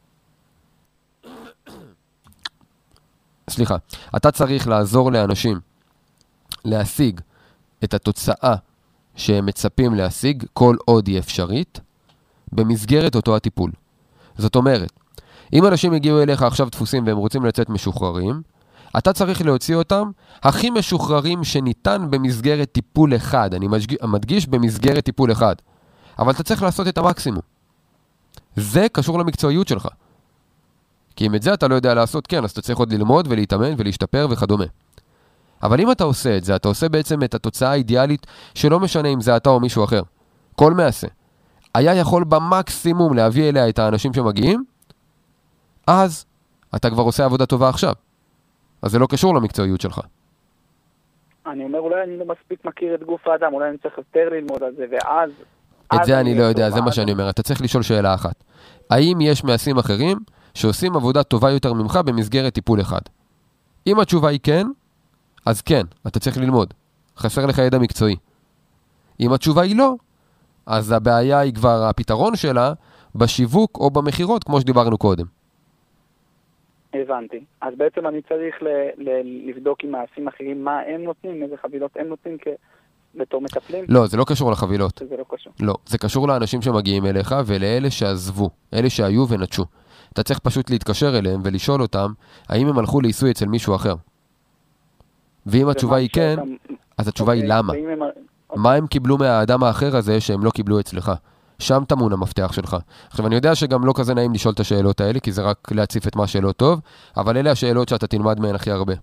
סליחה. אתה צריך לעזור לאנשים להשיג את התוצאה שהם מצפים להשיג כל עוד היא אפשרית במסגרת אותו הטיפול. זאת אומרת, אם אנשים הגיעו אליך עכשיו דפוסים והם רוצים לצאת משוחררים, אתה צריך להוציא אותם הכי משוחררים שניתן במסגרת טיפול אחד. אני מדגיש במסגרת טיפול אחד. אבל אתה צריך לעשות את המקסימום. זה קשור למקצועיות שלך. כי אם את זה אתה לא יודע לעשות, כן, אז אתה צריך עוד ללמוד ולהתאמן ולהשתפר וכדומה. אבל אם אתה עושה את זה, אתה עושה בעצם את התוצאה האידיאלית שלא משנה אם זה אתה או מישהו אחר. כל מעשה. היה יכול במקסימום להביא אליה את האנשים שמגיעים, אז אתה כבר עושה עבודה טובה עכשיו. אז זה לא קשור למקצועיות שלך. אני אומר, אולי אני לא מספיק מכיר את גוף האדם, אולי אני צריך יותר ללמוד על זה, ואז... את זה אני לא יודע, זה מה שאני אומר. אתה צריך לשאול שאלה אחת. האם יש מעשים אחרים שעושים עבודה טובה יותר ממך במסגרת טיפול אחד? אם התשובה היא כן, אז כן, אתה צריך ללמוד. חסר לך ידע מקצועי. אם התשובה היא לא, אז הבעיה היא כבר הפתרון שלה בשיווק או במחירות, כמו שדיברנו קודם. הבנתי. אז בעצם אני צריך לבדוק עם מעשים אחרים מה הם נותנים, איזה חבילות הם נותנים בתור מטפלים? לא, זה לא קשור לחבילות. זה לא קשור. לא, זה קשור לאנשים שמגיעים אליך ולאלה שעזבו, אלה שהיו ונטשו. אתה צריך פשוט להתקשר אליהם ולשאול אותם האם הם הלכו לעיסוי אצל מישהו אחר. ואם התשובה היא כן, אז התשובה היא למה. מה הם קיבלו מהאדם האחר הזה שהם לא קיבלו אצלך? שם טמון המפתח שלך. עכשיו, אני יודע שגם לא כזה נעים לשאול את השאלות האלה, כי זה רק להציף את מה שלא טוב, אבל אלה השאלות שאתה תלמד מהן הכי הרבה.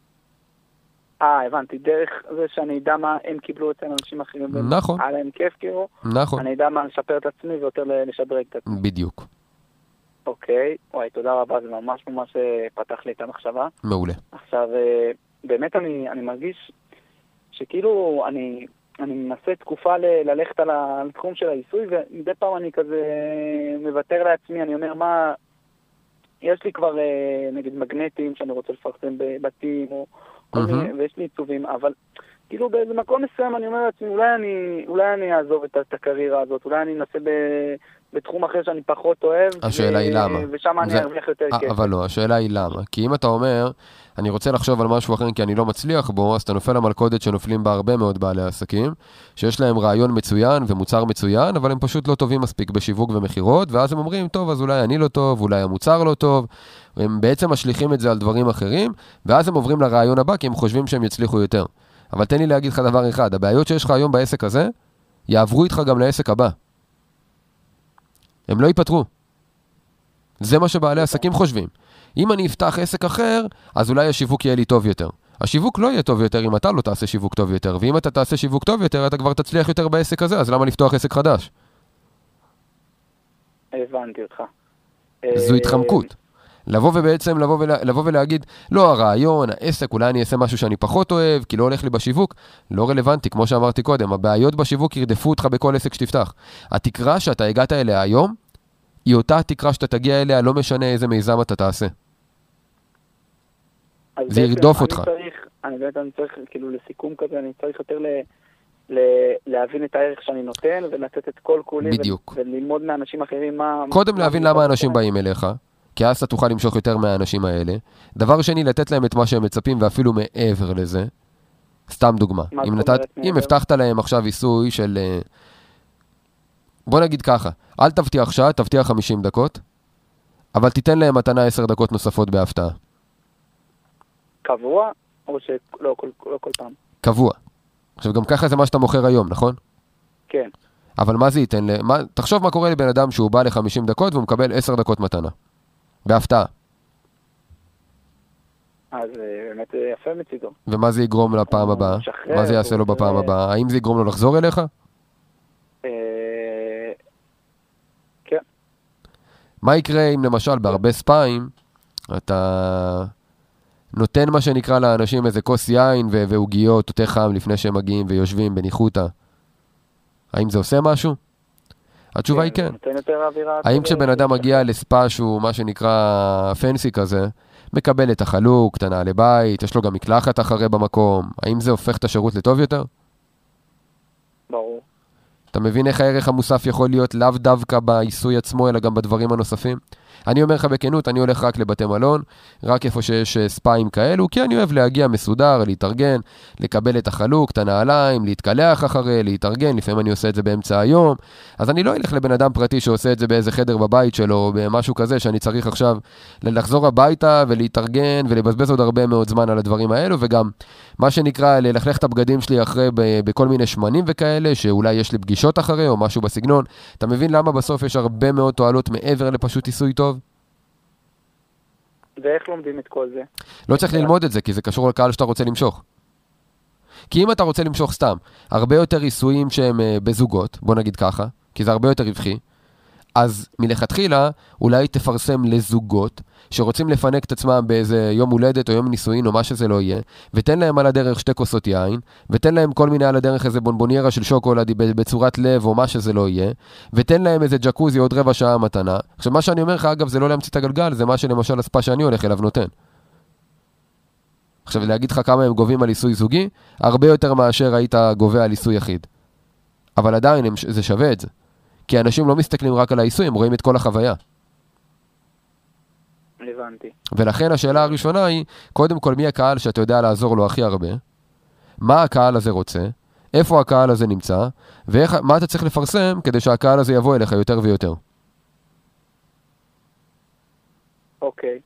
הבנתי. דרך זה שאני אדע מה הם קיבלו אצל אנשים אחרים. נכון. היה להם כיף, כאילו. נכון. אני אדע מה לשפר את עצמי ויותר לשדרג את עצמי. בדיוק. אוקיי. וואי, תודה רבה. זה ממש פתח לי את המחשבה. מעולה. עכשיו, באמת אני מרגיש שכאילו אני מנסה תקופה ללכת על התחום של העיסוי, ומדי פעם אני כזה מוותר לעצמי, אני אומר מה, יש לי כבר נגיד מגנטים שאני רוצה לפרסם בבתים, או כל מיני, ויש לי עיצובים, אבל כאילו באיזה מקום מסוים אני אומר לעצמי, אולי אני אעזוב את הקריירה הזאת, אולי אני אנסה בתחום אחר שאני פחות אוהב. השאלה היא למה. ושם אני ארוויח יותר כסף. אבל לא, השאלה היא למה. כי אם אתה אומר, אני רוצה לחשוב על משהו אחר כי אני לא מצליח בו, אז אתה נופל למלכודת שנופלים בה הרבה מאוד בעלי עסקים, שיש להם רעיון מצוין ומוצר מצוין, אבל הם פשוט לא טובים מספיק בשיווק ומחירות, ואז הם אומרים, טוב, אז אולי אני לא טוב, אולי המוצר לא טוב, הם בעצם משליכים את זה על דברים אחרים, ואז הם עוברים לרעיון הבא כי הם חושבים שהם יצליחו יותר. אבל תן לי להגיד לך דבר אחד, הבעיות שיש לך היום בעסק הזה, יעברו איתך גם לעסק הבא. הם לא ייפטרו. זה מה שבעלי עסקים חושבים. אם אני אפתח עסק אחר, אז אולי השיווק יהיה לי טוב יותר. השיווק לא יהיה טוב יותר אם אתה לא תעשה שיווק טוב יותר, ואם אתה תעשה שיווק טוב יותר, אתה כבר תצליח יותר בעסק הזה, אז למה לפתוח עסק חדש? הבנתי אותך. זו התחמקות. לבוא ולהגיד, לא, הרעיון, העסק, אולי אני אעשה משהו שאני פחות אוהב, כי לא הולך לי בשיווק, לא רלוונטי, כמו שאמרתי קודם, הבעיות בשיווק ירדפו אותך בכל עסק שתפתח. התקרה שאתה הגעת אליה היום, היא אותה התקרה שאתה תגיע אליה, לא משנה איזה מיזם אתה תעשה. זה ירדוף אותך. אני צריך, כאילו, לסיכום כזה, אני צריך יותר להבין את הערך שאני נותן, ולתת את כל כולי, וללמוד מאנשים אחרים מה... קודם להבין למה האנשים באים אליך, כי אז אתה תוכל למשוך יותר מהאנשים האלה. דבר שני, לתת להם את מה שהם מצפים, ואפילו מעבר לזה. סתם דוגמה. אם הבטחת להם עכשיו עיסוי של... בוא נגיד ככה, אל תבטיח שעה, תבטיח 50 דקות, אבל תיתן להם מתנה 10 דקות נוספות בהפתעה. קבוע, או שלא כל פעם? קבוע. עכשיו, גם ככה זה מה שאתה מוכר היום, נכון? כן. אבל מה זה ייתן? תחשוב מה קורה לבן אדם שהוא בא ל-50 דקות והוא מקבל 10 דקות מתנה. בהפתעה. אז באמת יפה מצידו. ומה זה יגרום לפעם הבאה? מה זה יעשה לו בפעם הבאה? האם זה יגרום לו לחזור אליך? כן. מה יקרה אם למשל בהרבה ספיים אתה נותן מה שנקרא לאנשים איזה כוס יין ועוגיות, תותה חם לפני שהם מגיעים ויושבים בניחותא? האם זה עושה משהו? התשובה היא כן. האם כשבן אדם מגיע לספה שהוא מה שנקרא פנסי כזה, מקבל את החלוק, קטנה לבית, יש לו גם מקלחת אחרי במקום, האם זה הופך את השירות לטוב יותר? ברור. אתה מבין איך הערך המוסף יכול להיות לאו דווקא בעיסוי עצמו, אלא גם בדברים הנוספים? אני אומר לך בכנות, אני הולך רק לבתי מלון, רק איפה שיש ספיים כאלו, כי אני אוהב להגיע מסודר, להתארגן, לקבל את החלוק, את הנעליים, להתקלח אחרי, להתארגן, לפעמים אני עושה את זה באמצע היום, אז אני לא אלך לבן אדם פרטי שעושה את זה באיזה חדר בבית שלו, או במשהו כזה שאני צריך עכשיו לחזור הביתה ולהתארגן ולבזבז עוד הרבה מאוד זמן על הדברים האלו, וגם מה שנקרא ללכלך את הבגדים שלי אחרי בכל מיני שמנים וכאלה, שאולי יש לי פגישות אחרי או משהו בסגנון. אתה מבין למה בסוף יש הרבה מאוד תועלות מעבר לפשוט עיסוי טוב? ואיך לומדים את כל זה? לא צריך ללמוד את זה, כי זה קשור לקהל שאתה רוצה למשוך. כי אם אתה רוצה למשוך סתם, הרבה יותר עיסויים שהם בזוגות, בוא נגיד ככה, כי זה הרבה יותר רווחי, אז מלכתחילה אולי תפרסם לזוגות שרוצים לפנק את עצמם באיזה יום הולדת או יום נישואין או מה שזה לא יהיה, ותן להם על הדרך 2 כוסות יין, ותן להם כל מיני על הדרך איזה בונבוניירה של שוקולד בצורת לב או מה שזה לא יהיה, ותן להם איזה ג'קוזי עוד רבע שעה מתנה. עכשיו מה שאני אומר לך אגב זה לא להמציא את הגלגל, זה מה שלמשל הספה שאני הולך אליו נותן. עכשיו להגיד לך כמה הם גובים על עיסוי זוגי, הרבה יותר מאשר היית גובה על עיסוי יחיד. אבל עדיין זה שווה את זה. כי אנשים לא מסתכלים רק על העיסוי, הם רואים את כל החוויה. הבנתי. ולכן השאלה הראשונה היא, קודם כל מי הקהל שאתה יודע לעזור לו הכי הרבה, מה הקהל הזה רוצה, איפה הקהל הזה נמצא, ומה אתה צריך לפרסם כדי שהקהל הזה יבוא אליך יותר ויותר. אוקיי.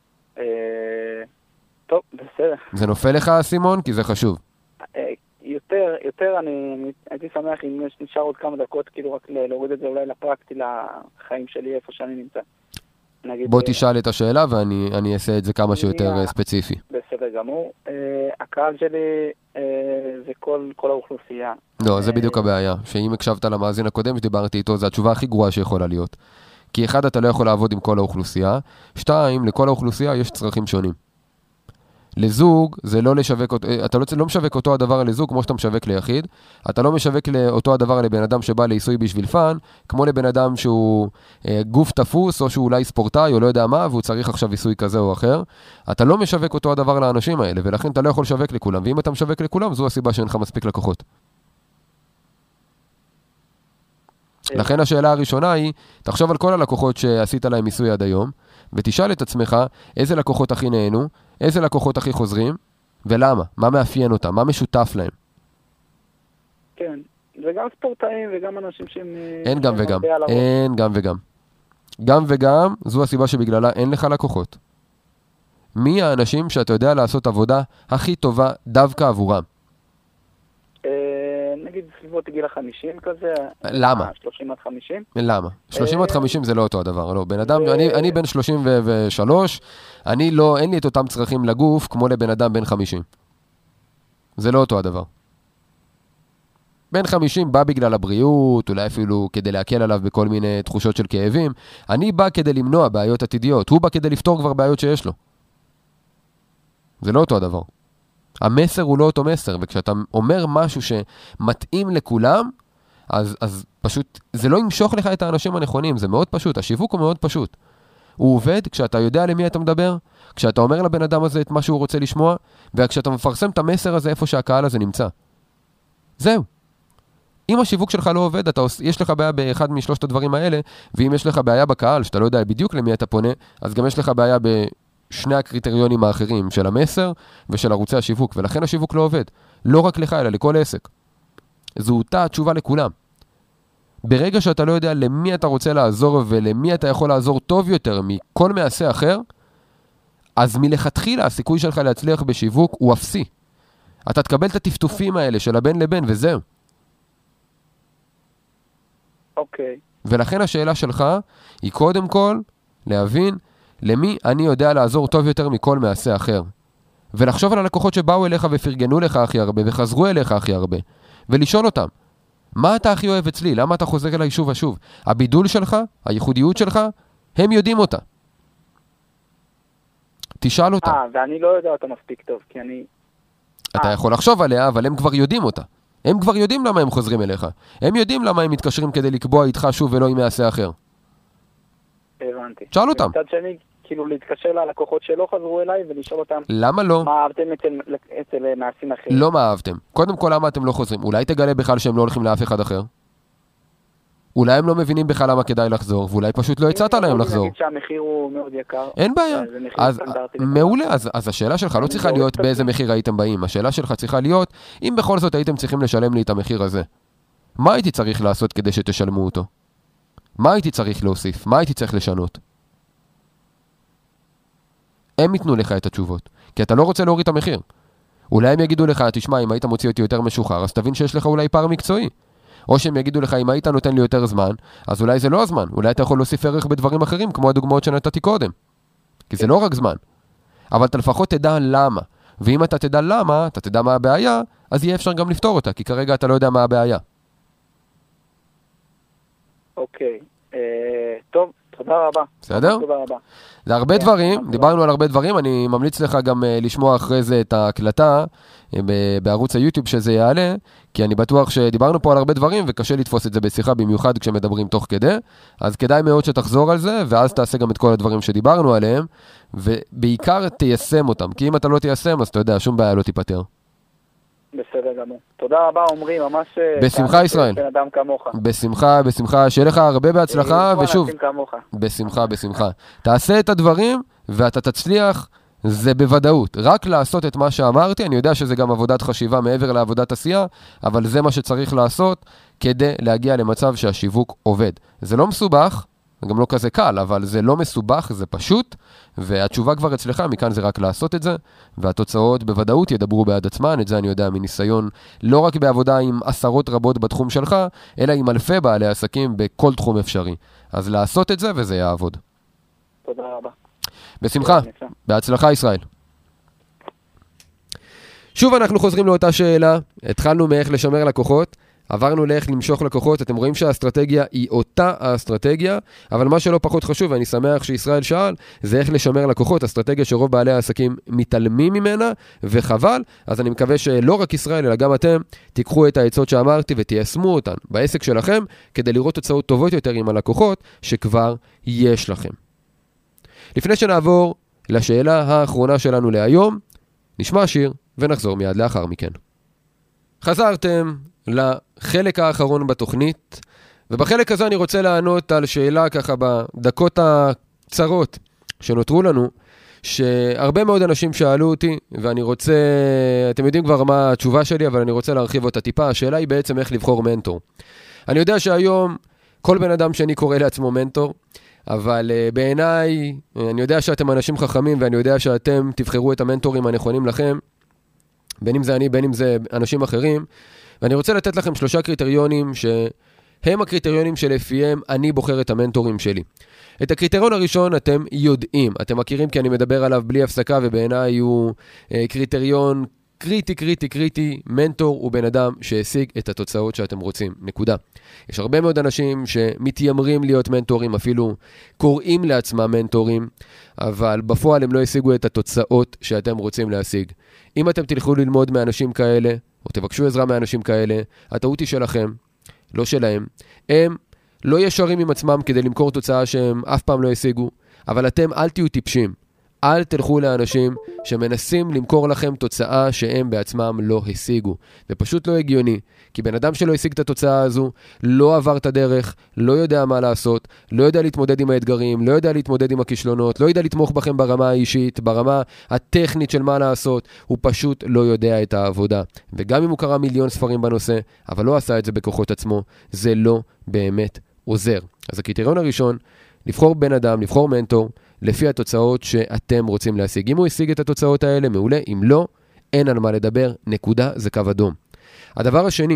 טוב, בסדר. זה נופל לך, סימון? כי זה חשוב. יותר אני הייתי שמח אם נשאר עוד כמה דקות, כאילו רק להוריד את זה אולי לפרקטי לחיים שלי, איפה שאני נמצא. בוא תשאל את השאלה ואני אעשה את זה כמה שיותר ספציפי. בסדר גמור. הקהל שלי זה כל האוכלוסייה. לא, זה בדיוק הבעיה. שאם הקשבת למאזין הקודם שדיברתי איתו, זו התשובה הכי גרועה שיכולה להיות. כי 1, אתה לא יכול לעבוד עם כל האוכלוסייה. 2, לכל האוכלוסייה יש צרכים שונים. לזוג זה לא לשווק, אתה לא משווק אותו הדבר לזוג כמו שאתה משווק ליחיד, אתה לא משווק אותו הדבר לבן אדם שבא לעיסוי בשביל פן, כמו לבן אדם שהוא גוף תפוס או שהוא אולי ספורטאי או לא יודע מה, והוא צריך עכשיו עיסוי כזה או אחר. אתה לא משווק אותו הדבר לאנשים האלה, ולכן אתה לא יכול לשווק לכולם, ואם אתה משווק לכולם, זו הסיבה שאין לך מספיק לקוחות. לכן השאלה הראשונה היא, תחשוב על כל הלקוחות שעשית להם עיסוי עד היום, ותשאל את עצמך איזה לקוחות הכי נהנו, איזה לקוחות הכי חוזרים, ולמה? מה מאפיין אותם? מה משותף להם? כן, וגם ספורטאים וגם אנשים שהם... אין גם וגם, אין גם וגם. גם וגם, זו הסיבה שבגללה אין לך לקוחות. מי האנשים שאתה יודע לעשות עבודה הכי טובה דווקא עבורם? נגיד סביבות גיל ה-50 כזה. למה? 30 עד 50. למה? 30 עד 50 זה לא אותו הדבר, לא. בן אדם, אני בן 33, אין לי את אותם צרכים לגוף כמו לבן אדם בן 50. זה לא אותו הדבר. בן 50 בא בגלל הבריאות, אולי אפילו כדי להקל עליו בכל מיני תחושות של כאבים. אני בא כדי למנוע בעיות עתידיות, הוא בא כדי לפתור כבר בעיות שיש לו. זה לא אותו הדבר. המסר הוא לא אותו מסר, וכשאתה אומר משהו שמתאים לכולם, אז פשוט, זה לא ימשוך לך את האנשים הנכונים, זה מאוד פשוט, השיווק הוא מאוד פשוט. הוא עובד כשאתה יודע למי אתה מדבר, כשאתה אומר לבן אדם הזה את מה שהוא רוצה לשמוע, וכשאתה מפרסם את המסר הזה איפה שהקהל הזה נמצא. זהו. אם השיווק שלך לא עובד, יש לך בעיה באחד משלושת הדברים האלה, ואם יש לך בעיה בקהל, שאתה לא יודע בדיוק למי אתה פונה, אז גם יש לך בעיה שני הקריטריונים האחרים של המסר ושל ערוצי השיווק, ולכן השיווק לא עובד. לא רק לך, אלא לכל עסק. זו אותה התשובה לכולם. ברגע שאתה לא יודע למי אתה רוצה לעזור ולמי אתה יכול לעזור טוב יותר מכל מעשה אחר, אז מלכתחילה הסיכוי שלך להצליח בשיווק הוא אפסי. אתה תקבל את הטפטופים האלה של הבן לבן וזהו. אוקיי. ולכן השאלה שלך היא קודם כל להבין למי אני יודע לעזור טוב יותר מכל מעשה אחר. ולחשוב על הלקוחות שבאו אליך ופרגנו לך הכי הרבה וחזרו אליך הכי הרבה. ולשאול אותם, מה אתה הכי אוהב אצלי? למה אתה חוזר אליי שוב ושוב? הבידול שלך, הייחודיות שלך, הם יודעים אותה. תשאל אותה. ואני לא יודע אותה מספיק טוב, כי אני... אתה יכול לחשוב עליה, אבל הם כבר יודעים אותה. הם כבר יודעים למה הם חוזרים אליך. הם יודעים למה הם מתקשרים כדי לקבוע איתך שוב ולא עם מעשה אחר. הבנתי. שאל אותם. מצד שני, כאילו להתקשר ללקוחות שלא חזרו אליי ולשאול אותם... למה לא? מה אהבתם אצל מעשים אחרים? לא מה אהבתם. קודם כל, למה אתם לא חוזרים? אולי תגלה בכלל שהם לא הולכים לאף אחד אחר. אולי הם לא מבינים בכלל למה כדאי לחזור, ואולי פשוט לא הצעת להם לחזור. נגיד שהמחיר הוא מאוד יקר. אין בעיה. אז מעולה, אז השאלה שלך לא צריכה להיות באיזה מחיר הייתם באים. השאלה שלך צריכה להיות, אם בכל זאת הייתם צריכים לשלם לי את המחיר הזה, מה הייתי צריך לעשות כדי שתשלמו אותו? מה הייתי צריך להוסיף? מה הייתי צריך לשנות? הם ייתנו לך את התשובות, כי אתה לא רוצה להוריד את המחיר. אולי הם יגידו לך, תשמע, אם היית מוציא אותי יותר משוחרר, אז תבין שיש לך אולי פער מקצועי. או שהם יגידו לך, אם היית נותן לי יותר זמן, אז אולי זה לא הזמן. אולי אתה יכול להוסיף ערך בדברים אחרים, כמו הדוגמאות שנתתי קודם. כי זה לא רק זמן. אבל אתה לפחות תדע למה. ואם אתה תדע למה, אתה תדע מה הבעיה, אז יהיה אפשר גם לפתור אותה, כי כרגע אתה לא יודע מה הבעיה. אוקיי. טוב, תודה רבה. בסדר? תודה רבה. זה הרבה דברים, דיברנו על הרבה דברים, אני ממליץ לך גם לשמוע אחרי זה את ההקלטה בערוץ היוטיוב שזה יעלה, כי אני בטוח שדיברנו פה על הרבה דברים וקשה לתפוס את זה בשיחה, במיוחד כשמדברים תוך כדי, אז כדאי מאוד שתחזור על זה, ואז תעשה גם את כל הדברים שדיברנו עליהם, ובעיקר תיישם אותם, כי אם אתה לא תיישם, אז אתה יודע, שום בעיה לא תיפטר. בסדר גמור. תודה רבה, עומרי, ממש... בשמחה, ישראל. בן אדם כמוך. בשמחה, בשמחה. שיהיה לך הרבה בהצלחה, ושוב... בשמחה, בשמחה. תעשה את הדברים, ואתה תצליח, זה בוודאות. רק לעשות את מה שאמרתי, אני יודע שזה גם עבודת חשיבה מעבר לעבודת עשייה, אבל זה מה שצריך לעשות, כדי להגיע למצב שהשיווק עובד. זה לא מסובך, גם לא כזה קל, אבל זה לא מסובך, זה פשוט, והתשובה כבר אצלך, מכאן זה רק לעשות את זה, והתוצאות בוודאות ידברו בעד עצמן, את זה אני יודע מניסיון, לא רק בעבודה עם עשרות רבות בתחום שלך, אלא עם אלפי בעלי עסקים בכל תחום אפשרי. אז לעשות את זה וזה יעבוד. תודה רבה. בשמחה, בהצלחה ישראל. שוב אנחנו חוזרים לאותה שאלה, התחלנו מאיך לשמר לקוחות, עברנו לאיך למשוך לקוחות, אתם רואים שהאסטרטגיה היא אותה האסטרטגיה, אבל מה שלא פחות חשוב, ואני שמח שישראל שאל, זה איך לשמר לקוחות, אסטרטגיה שרוב בעלי העסקים מתעלמים ממנה, וחבל, אז אני מקווה שלא רק ישראל, אלא גם אתם, תיקחו את העצות שאמרתי ותיישמו אותן בעסק שלכם, כדי לראות תוצאות טובות יותר עם הלקוחות שכבר יש לכם. לפני שנעבור לשאלה האחרונה שלנו להיום, נשמע שיר ונחזור מיד לאחר מכן. חזרתם לחלק האחרון בתוכנית, ובחלק הזה אני רוצה לענות על שאלה ככה בדקות הקצרות שנותרו לנו, שהרבה מאוד אנשים שאלו אותי, ואני רוצה, אתם יודעים כבר מה התשובה שלי, אבל אני רוצה להרחיב אותה טיפה. השאלה היא בעצם איך לבחור מנטור. אני יודע שהיום כל בן אדם שאני קורא לעצמו מנטור, אבל בעיניי, אני יודע שאתם אנשים חכמים, ואני יודע שאתם תבחרו את המנטורים הנכונים לכם, בין אם זה אני, בין אם זה אנשים אחרים, ואני רוצה לתת לכם 3 קריטריונים שהם הקריטריונים שלפיהם אני בוחר את המנטורים שלי. את הקריטריון הראשון אתם יודעים, אתם מכירים כי אני מדבר עליו בלי הפסקה, ובעיניי הוא קריטריון קריטי, מנטור הוא בן אדם שהשיג את התוצאות שאתם רוצים, נקודה. יש הרבה מאוד אנשים שמתיימרים להיות מנטורים, אפילו קוראים לעצמם מנטורים, אבל בפועל הם לא השיגו את התוצאות שאתם רוצים להשיג. אם אתם תלכו ללמוד מאנשים כאלה, או תבקשו עזרה מאנשים כאלה, הטעות היא שלכם, לא שלהם. הם לא ישרים עם עצמם כדי למכור תוצאה שהם אף פעם לא השיגו, אבל אתם אל תהיו טיפשים. אל תלכו לאנשים שמנסים למכור לכם תוצאה שהם בעצמם לא השיגו. זה פשוט לא הגיוני, כי בן אדם שלא השיג את התוצאה הזו, לא עבר את הדרך, לא יודע מה לעשות, לא יודע להתמודד עם האתגרים, לא יודע להתמודד עם הכישלונות, לא יודע לתמוך בכם ברמה האישית, ברמה הטכנית של מה לעשות, הוא פשוט לא יודע את העבודה. וגם אם הוא קרא מיליון ספרים בנושא, אבל לא עשה את זה בכוחות עצמו, זה לא באמת עוזר. אז הקריטריון הראשון, לבחור בן אדם, לבחור מנטור, לפי התוצאות שאתם רוצים להשיג. אם הוא השיג את התוצאות האלה, מעולה. אם לא, אין על מה לדבר. נקודה, זה קו אדום. הדבר השני,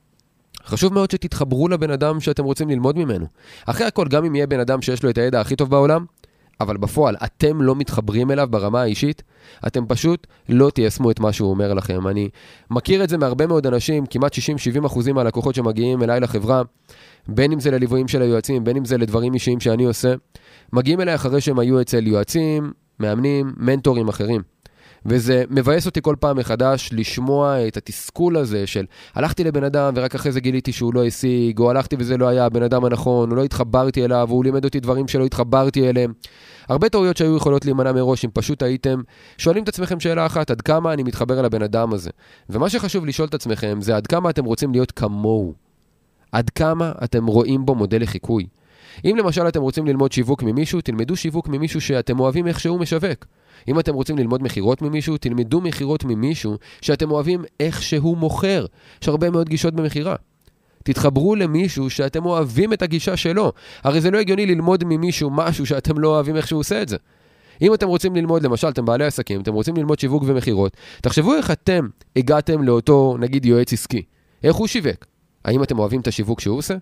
חשוב מאוד שתתחברו לבן אדם שאתם רוצים ללמוד ממנו. אחרי הכל, גם אם יהיה בן אדם שיש לו את הידע הכי טוב בעולם, אבל בפועל אתם לא מתחברים אליו ברמה האישית, אתם פשוט לא תיישמו את מה שהוא אומר לכם. אני מכיר את זה מהרבה מאוד אנשים, כמעט 60-70% מהלקוחות שמגיעים אליי לחברה, בין אם זה לליוויים של היועצים, בין אם זה לדברים אישיים שאני עושה, מגיעים אליי אחרי שהם היו אצל יועצים, מאמנים, מנטורים אחרים. וזה מבאס אותי כל פעם מחדש לשמוע את התסכול הזה של הלכתי לבן אדם ורק אחרי זה גיליתי שהוא לא השיג, או הלכתי וזה לא היה הבן אדם הנכון, או לא התחברתי אליו, והוא לימד אותי דברים שלא התחברתי אליהם. הרבה טעויות שהיו יכולות להימנע מראש אם פשוט הייתם שואלים את עצמכם שאלה אחת, עד כמה אני מתחבר אל הבן אדם הזה. ומה שחשוב לשאול את עצמכם זה עד כמה אתם רוצים להיות כמוהו. עד כמה אתם רואים בו מודל לחיקוי. אם למשל אתם רוצים ללמוד שיווק ממישהו, תלמדו שיווק ממישהו שאתם אוהבים איך שהוא משווק. אם אתם רוצים ללמוד מחירות ממישהו, תלמדו מחירות ממישהו שאתם אוהבים איך שהוא מוכר. יש הרבה מאוד גישות במחירה. תתחברו למישהו שאתם אוהבים את הגישה שלו. הרי זה לא הגיוני ללמוד ממישהו משהו שאתם לא אוהבים איך שהוא עושה את זה. אם אתם רוצים ללמוד, למשל, אתם בעלי עסקים, אתם רוצים ללמוד שיווק ומחירות, תחשבו איך אתם הגעתם לאותו, נגיד, יועץ עסקי. איך הוא שיווק? האם אתם אוהבים את השיווק שהוא עושה?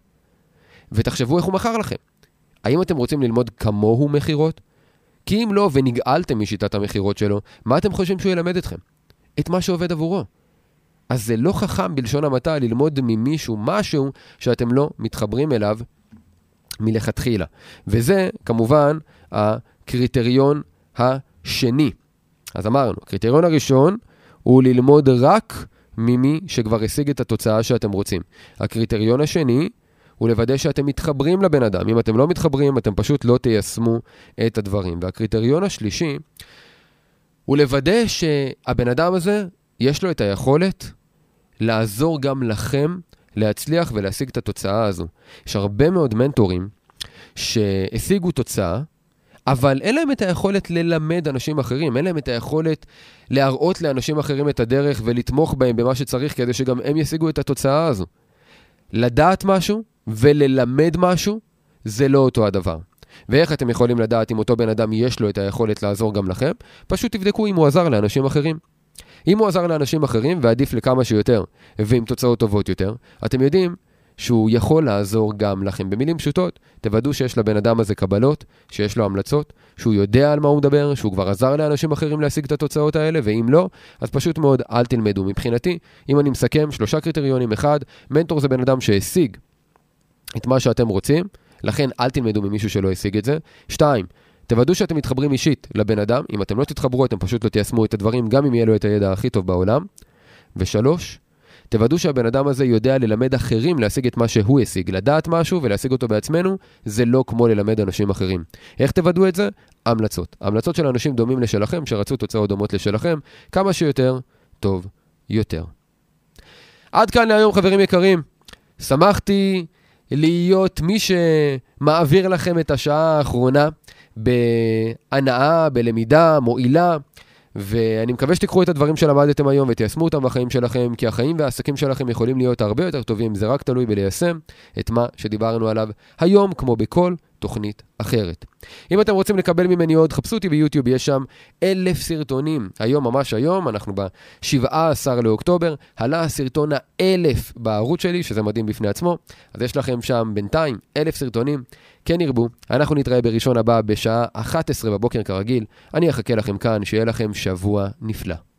ותחשבו איך הוא מכר לכם. האם אתם רוצים ללמוד כמוהו מחירות? כי אם לא ונגעלתם משיטת המחירות שלו, מה אתם חושבים שהוא ילמד אתכם? את מה שעובד עבורו. אז זה לא חכם בלשון המעטה ללמוד ממישהו משהו שאתם לא מתחברים אליו מלכתחילה. וזה כמובן הקריטריון השני. אז אמרנו, הקריטריון הראשון הוא ללמוד רק ממי שכבר השיג את התוצאה שאתם רוצים. הקריטריון השני הוא לוודא שאתם מתחברים לבן אדם. אם אתם לא מתחברים, אתם פשוט לא תיישמו את הדברים. והקריטריון השלישי הוא לוודא שהבן אדם הזה יש לו את היכולת לעזור גם לכם להצליח ולהשיג את התוצאה הזו. יש הרבה מאוד מנטורים שהשיגו תוצאה, אבל אין להם את היכולת ללמד אנשים אחרים, אין להם את היכולת להראות לאנשים אחרים את הדרך ולתמוך בהם במה שצריך כדי שגם הם ישיגו את התוצאה הזו. לדעת משהו וללמד משהו זה לא אותו הדבר. ואיך אתם יכולים לדעת אם אותו בן אדם יש לו את היכולת לעזור גם לכם? פשוט תבדקו אם הוא עזר לאנשים אחרים. אם הוא עזר לאנשים אחרים ועדיף לכמה שיותר ועם תוצאות טובות יותר, אתם יודעים שהוא יכול לעזור גם לכם. במילים פשוטות, תוודאו שיש לבן אדם הזה קבלות, שיש לו המלצות, שהוא יודע על מה הוא מדבר, שהוא כבר עזר לאנשים אחרים להשיג את התוצאות האלה, ואם לא, אז פשוט מאוד אל תלמדו. מבחינתי, אם אני מסכם, 3 קריטריונים. 1, מנטור זה בן אדם שהשיג את מה שאתם רוצים, לכן אל תלמדו ממישהו שלא השיג את זה. 2, תוודאו שאתם מתחברים אישית לבן אדם, אם אתם לא תתחברו, אתם פשוט לא תיישמו את הדברים, גם אם יהיה לו את הידע הכי טוב בעולם. 3, תוודאו שהבן אדם הזה יודע ללמד אחרים להשיג את מה שהוא השיג. לדעת משהו ולהשיג אותו בעצמנו, זה לא כמו ללמד אנשים אחרים. איך תוודאו את זה? המלצות. המלצות של אנשים דומים לשלכם, שרצו תוצאות דומות לשלכם, כמה שיותר, טוב יותר. עד כאן להיום, חברים יקרים. שמחתי להיות מי שמעביר לכם את השעה האחרונה בהנאה, בלמידה, מועילה, ואני מקווה שתיקחו את הדברים שלמדתם היום ותיישמו אותם בחיים שלכם, כי החיים והעסקים שלכם יכולים להיות הרבה יותר טובים, זה רק תלוי בליישם את מה שדיברנו עליו היום, כמו בכל תוכנית אחרת. אם אתם רוצים לקבל ממני עוד, חפשו אותי ביוטיוב, יש שם 1,000 סרטונים. היום, ממש היום, אנחנו ב-17 לאוקטובר, עלה הסרטון ה-1000 בערוץ שלי, שזה מדהים בפני עצמו, אז יש לכם שם בינתיים 1,000 סרטונים, כן ירבו. אנחנו נתראה בראשון הבא בשעה 11 בבוקר כרגיל. אני אחכה לכם כאן, שיהיה לכם שבוע נפלא.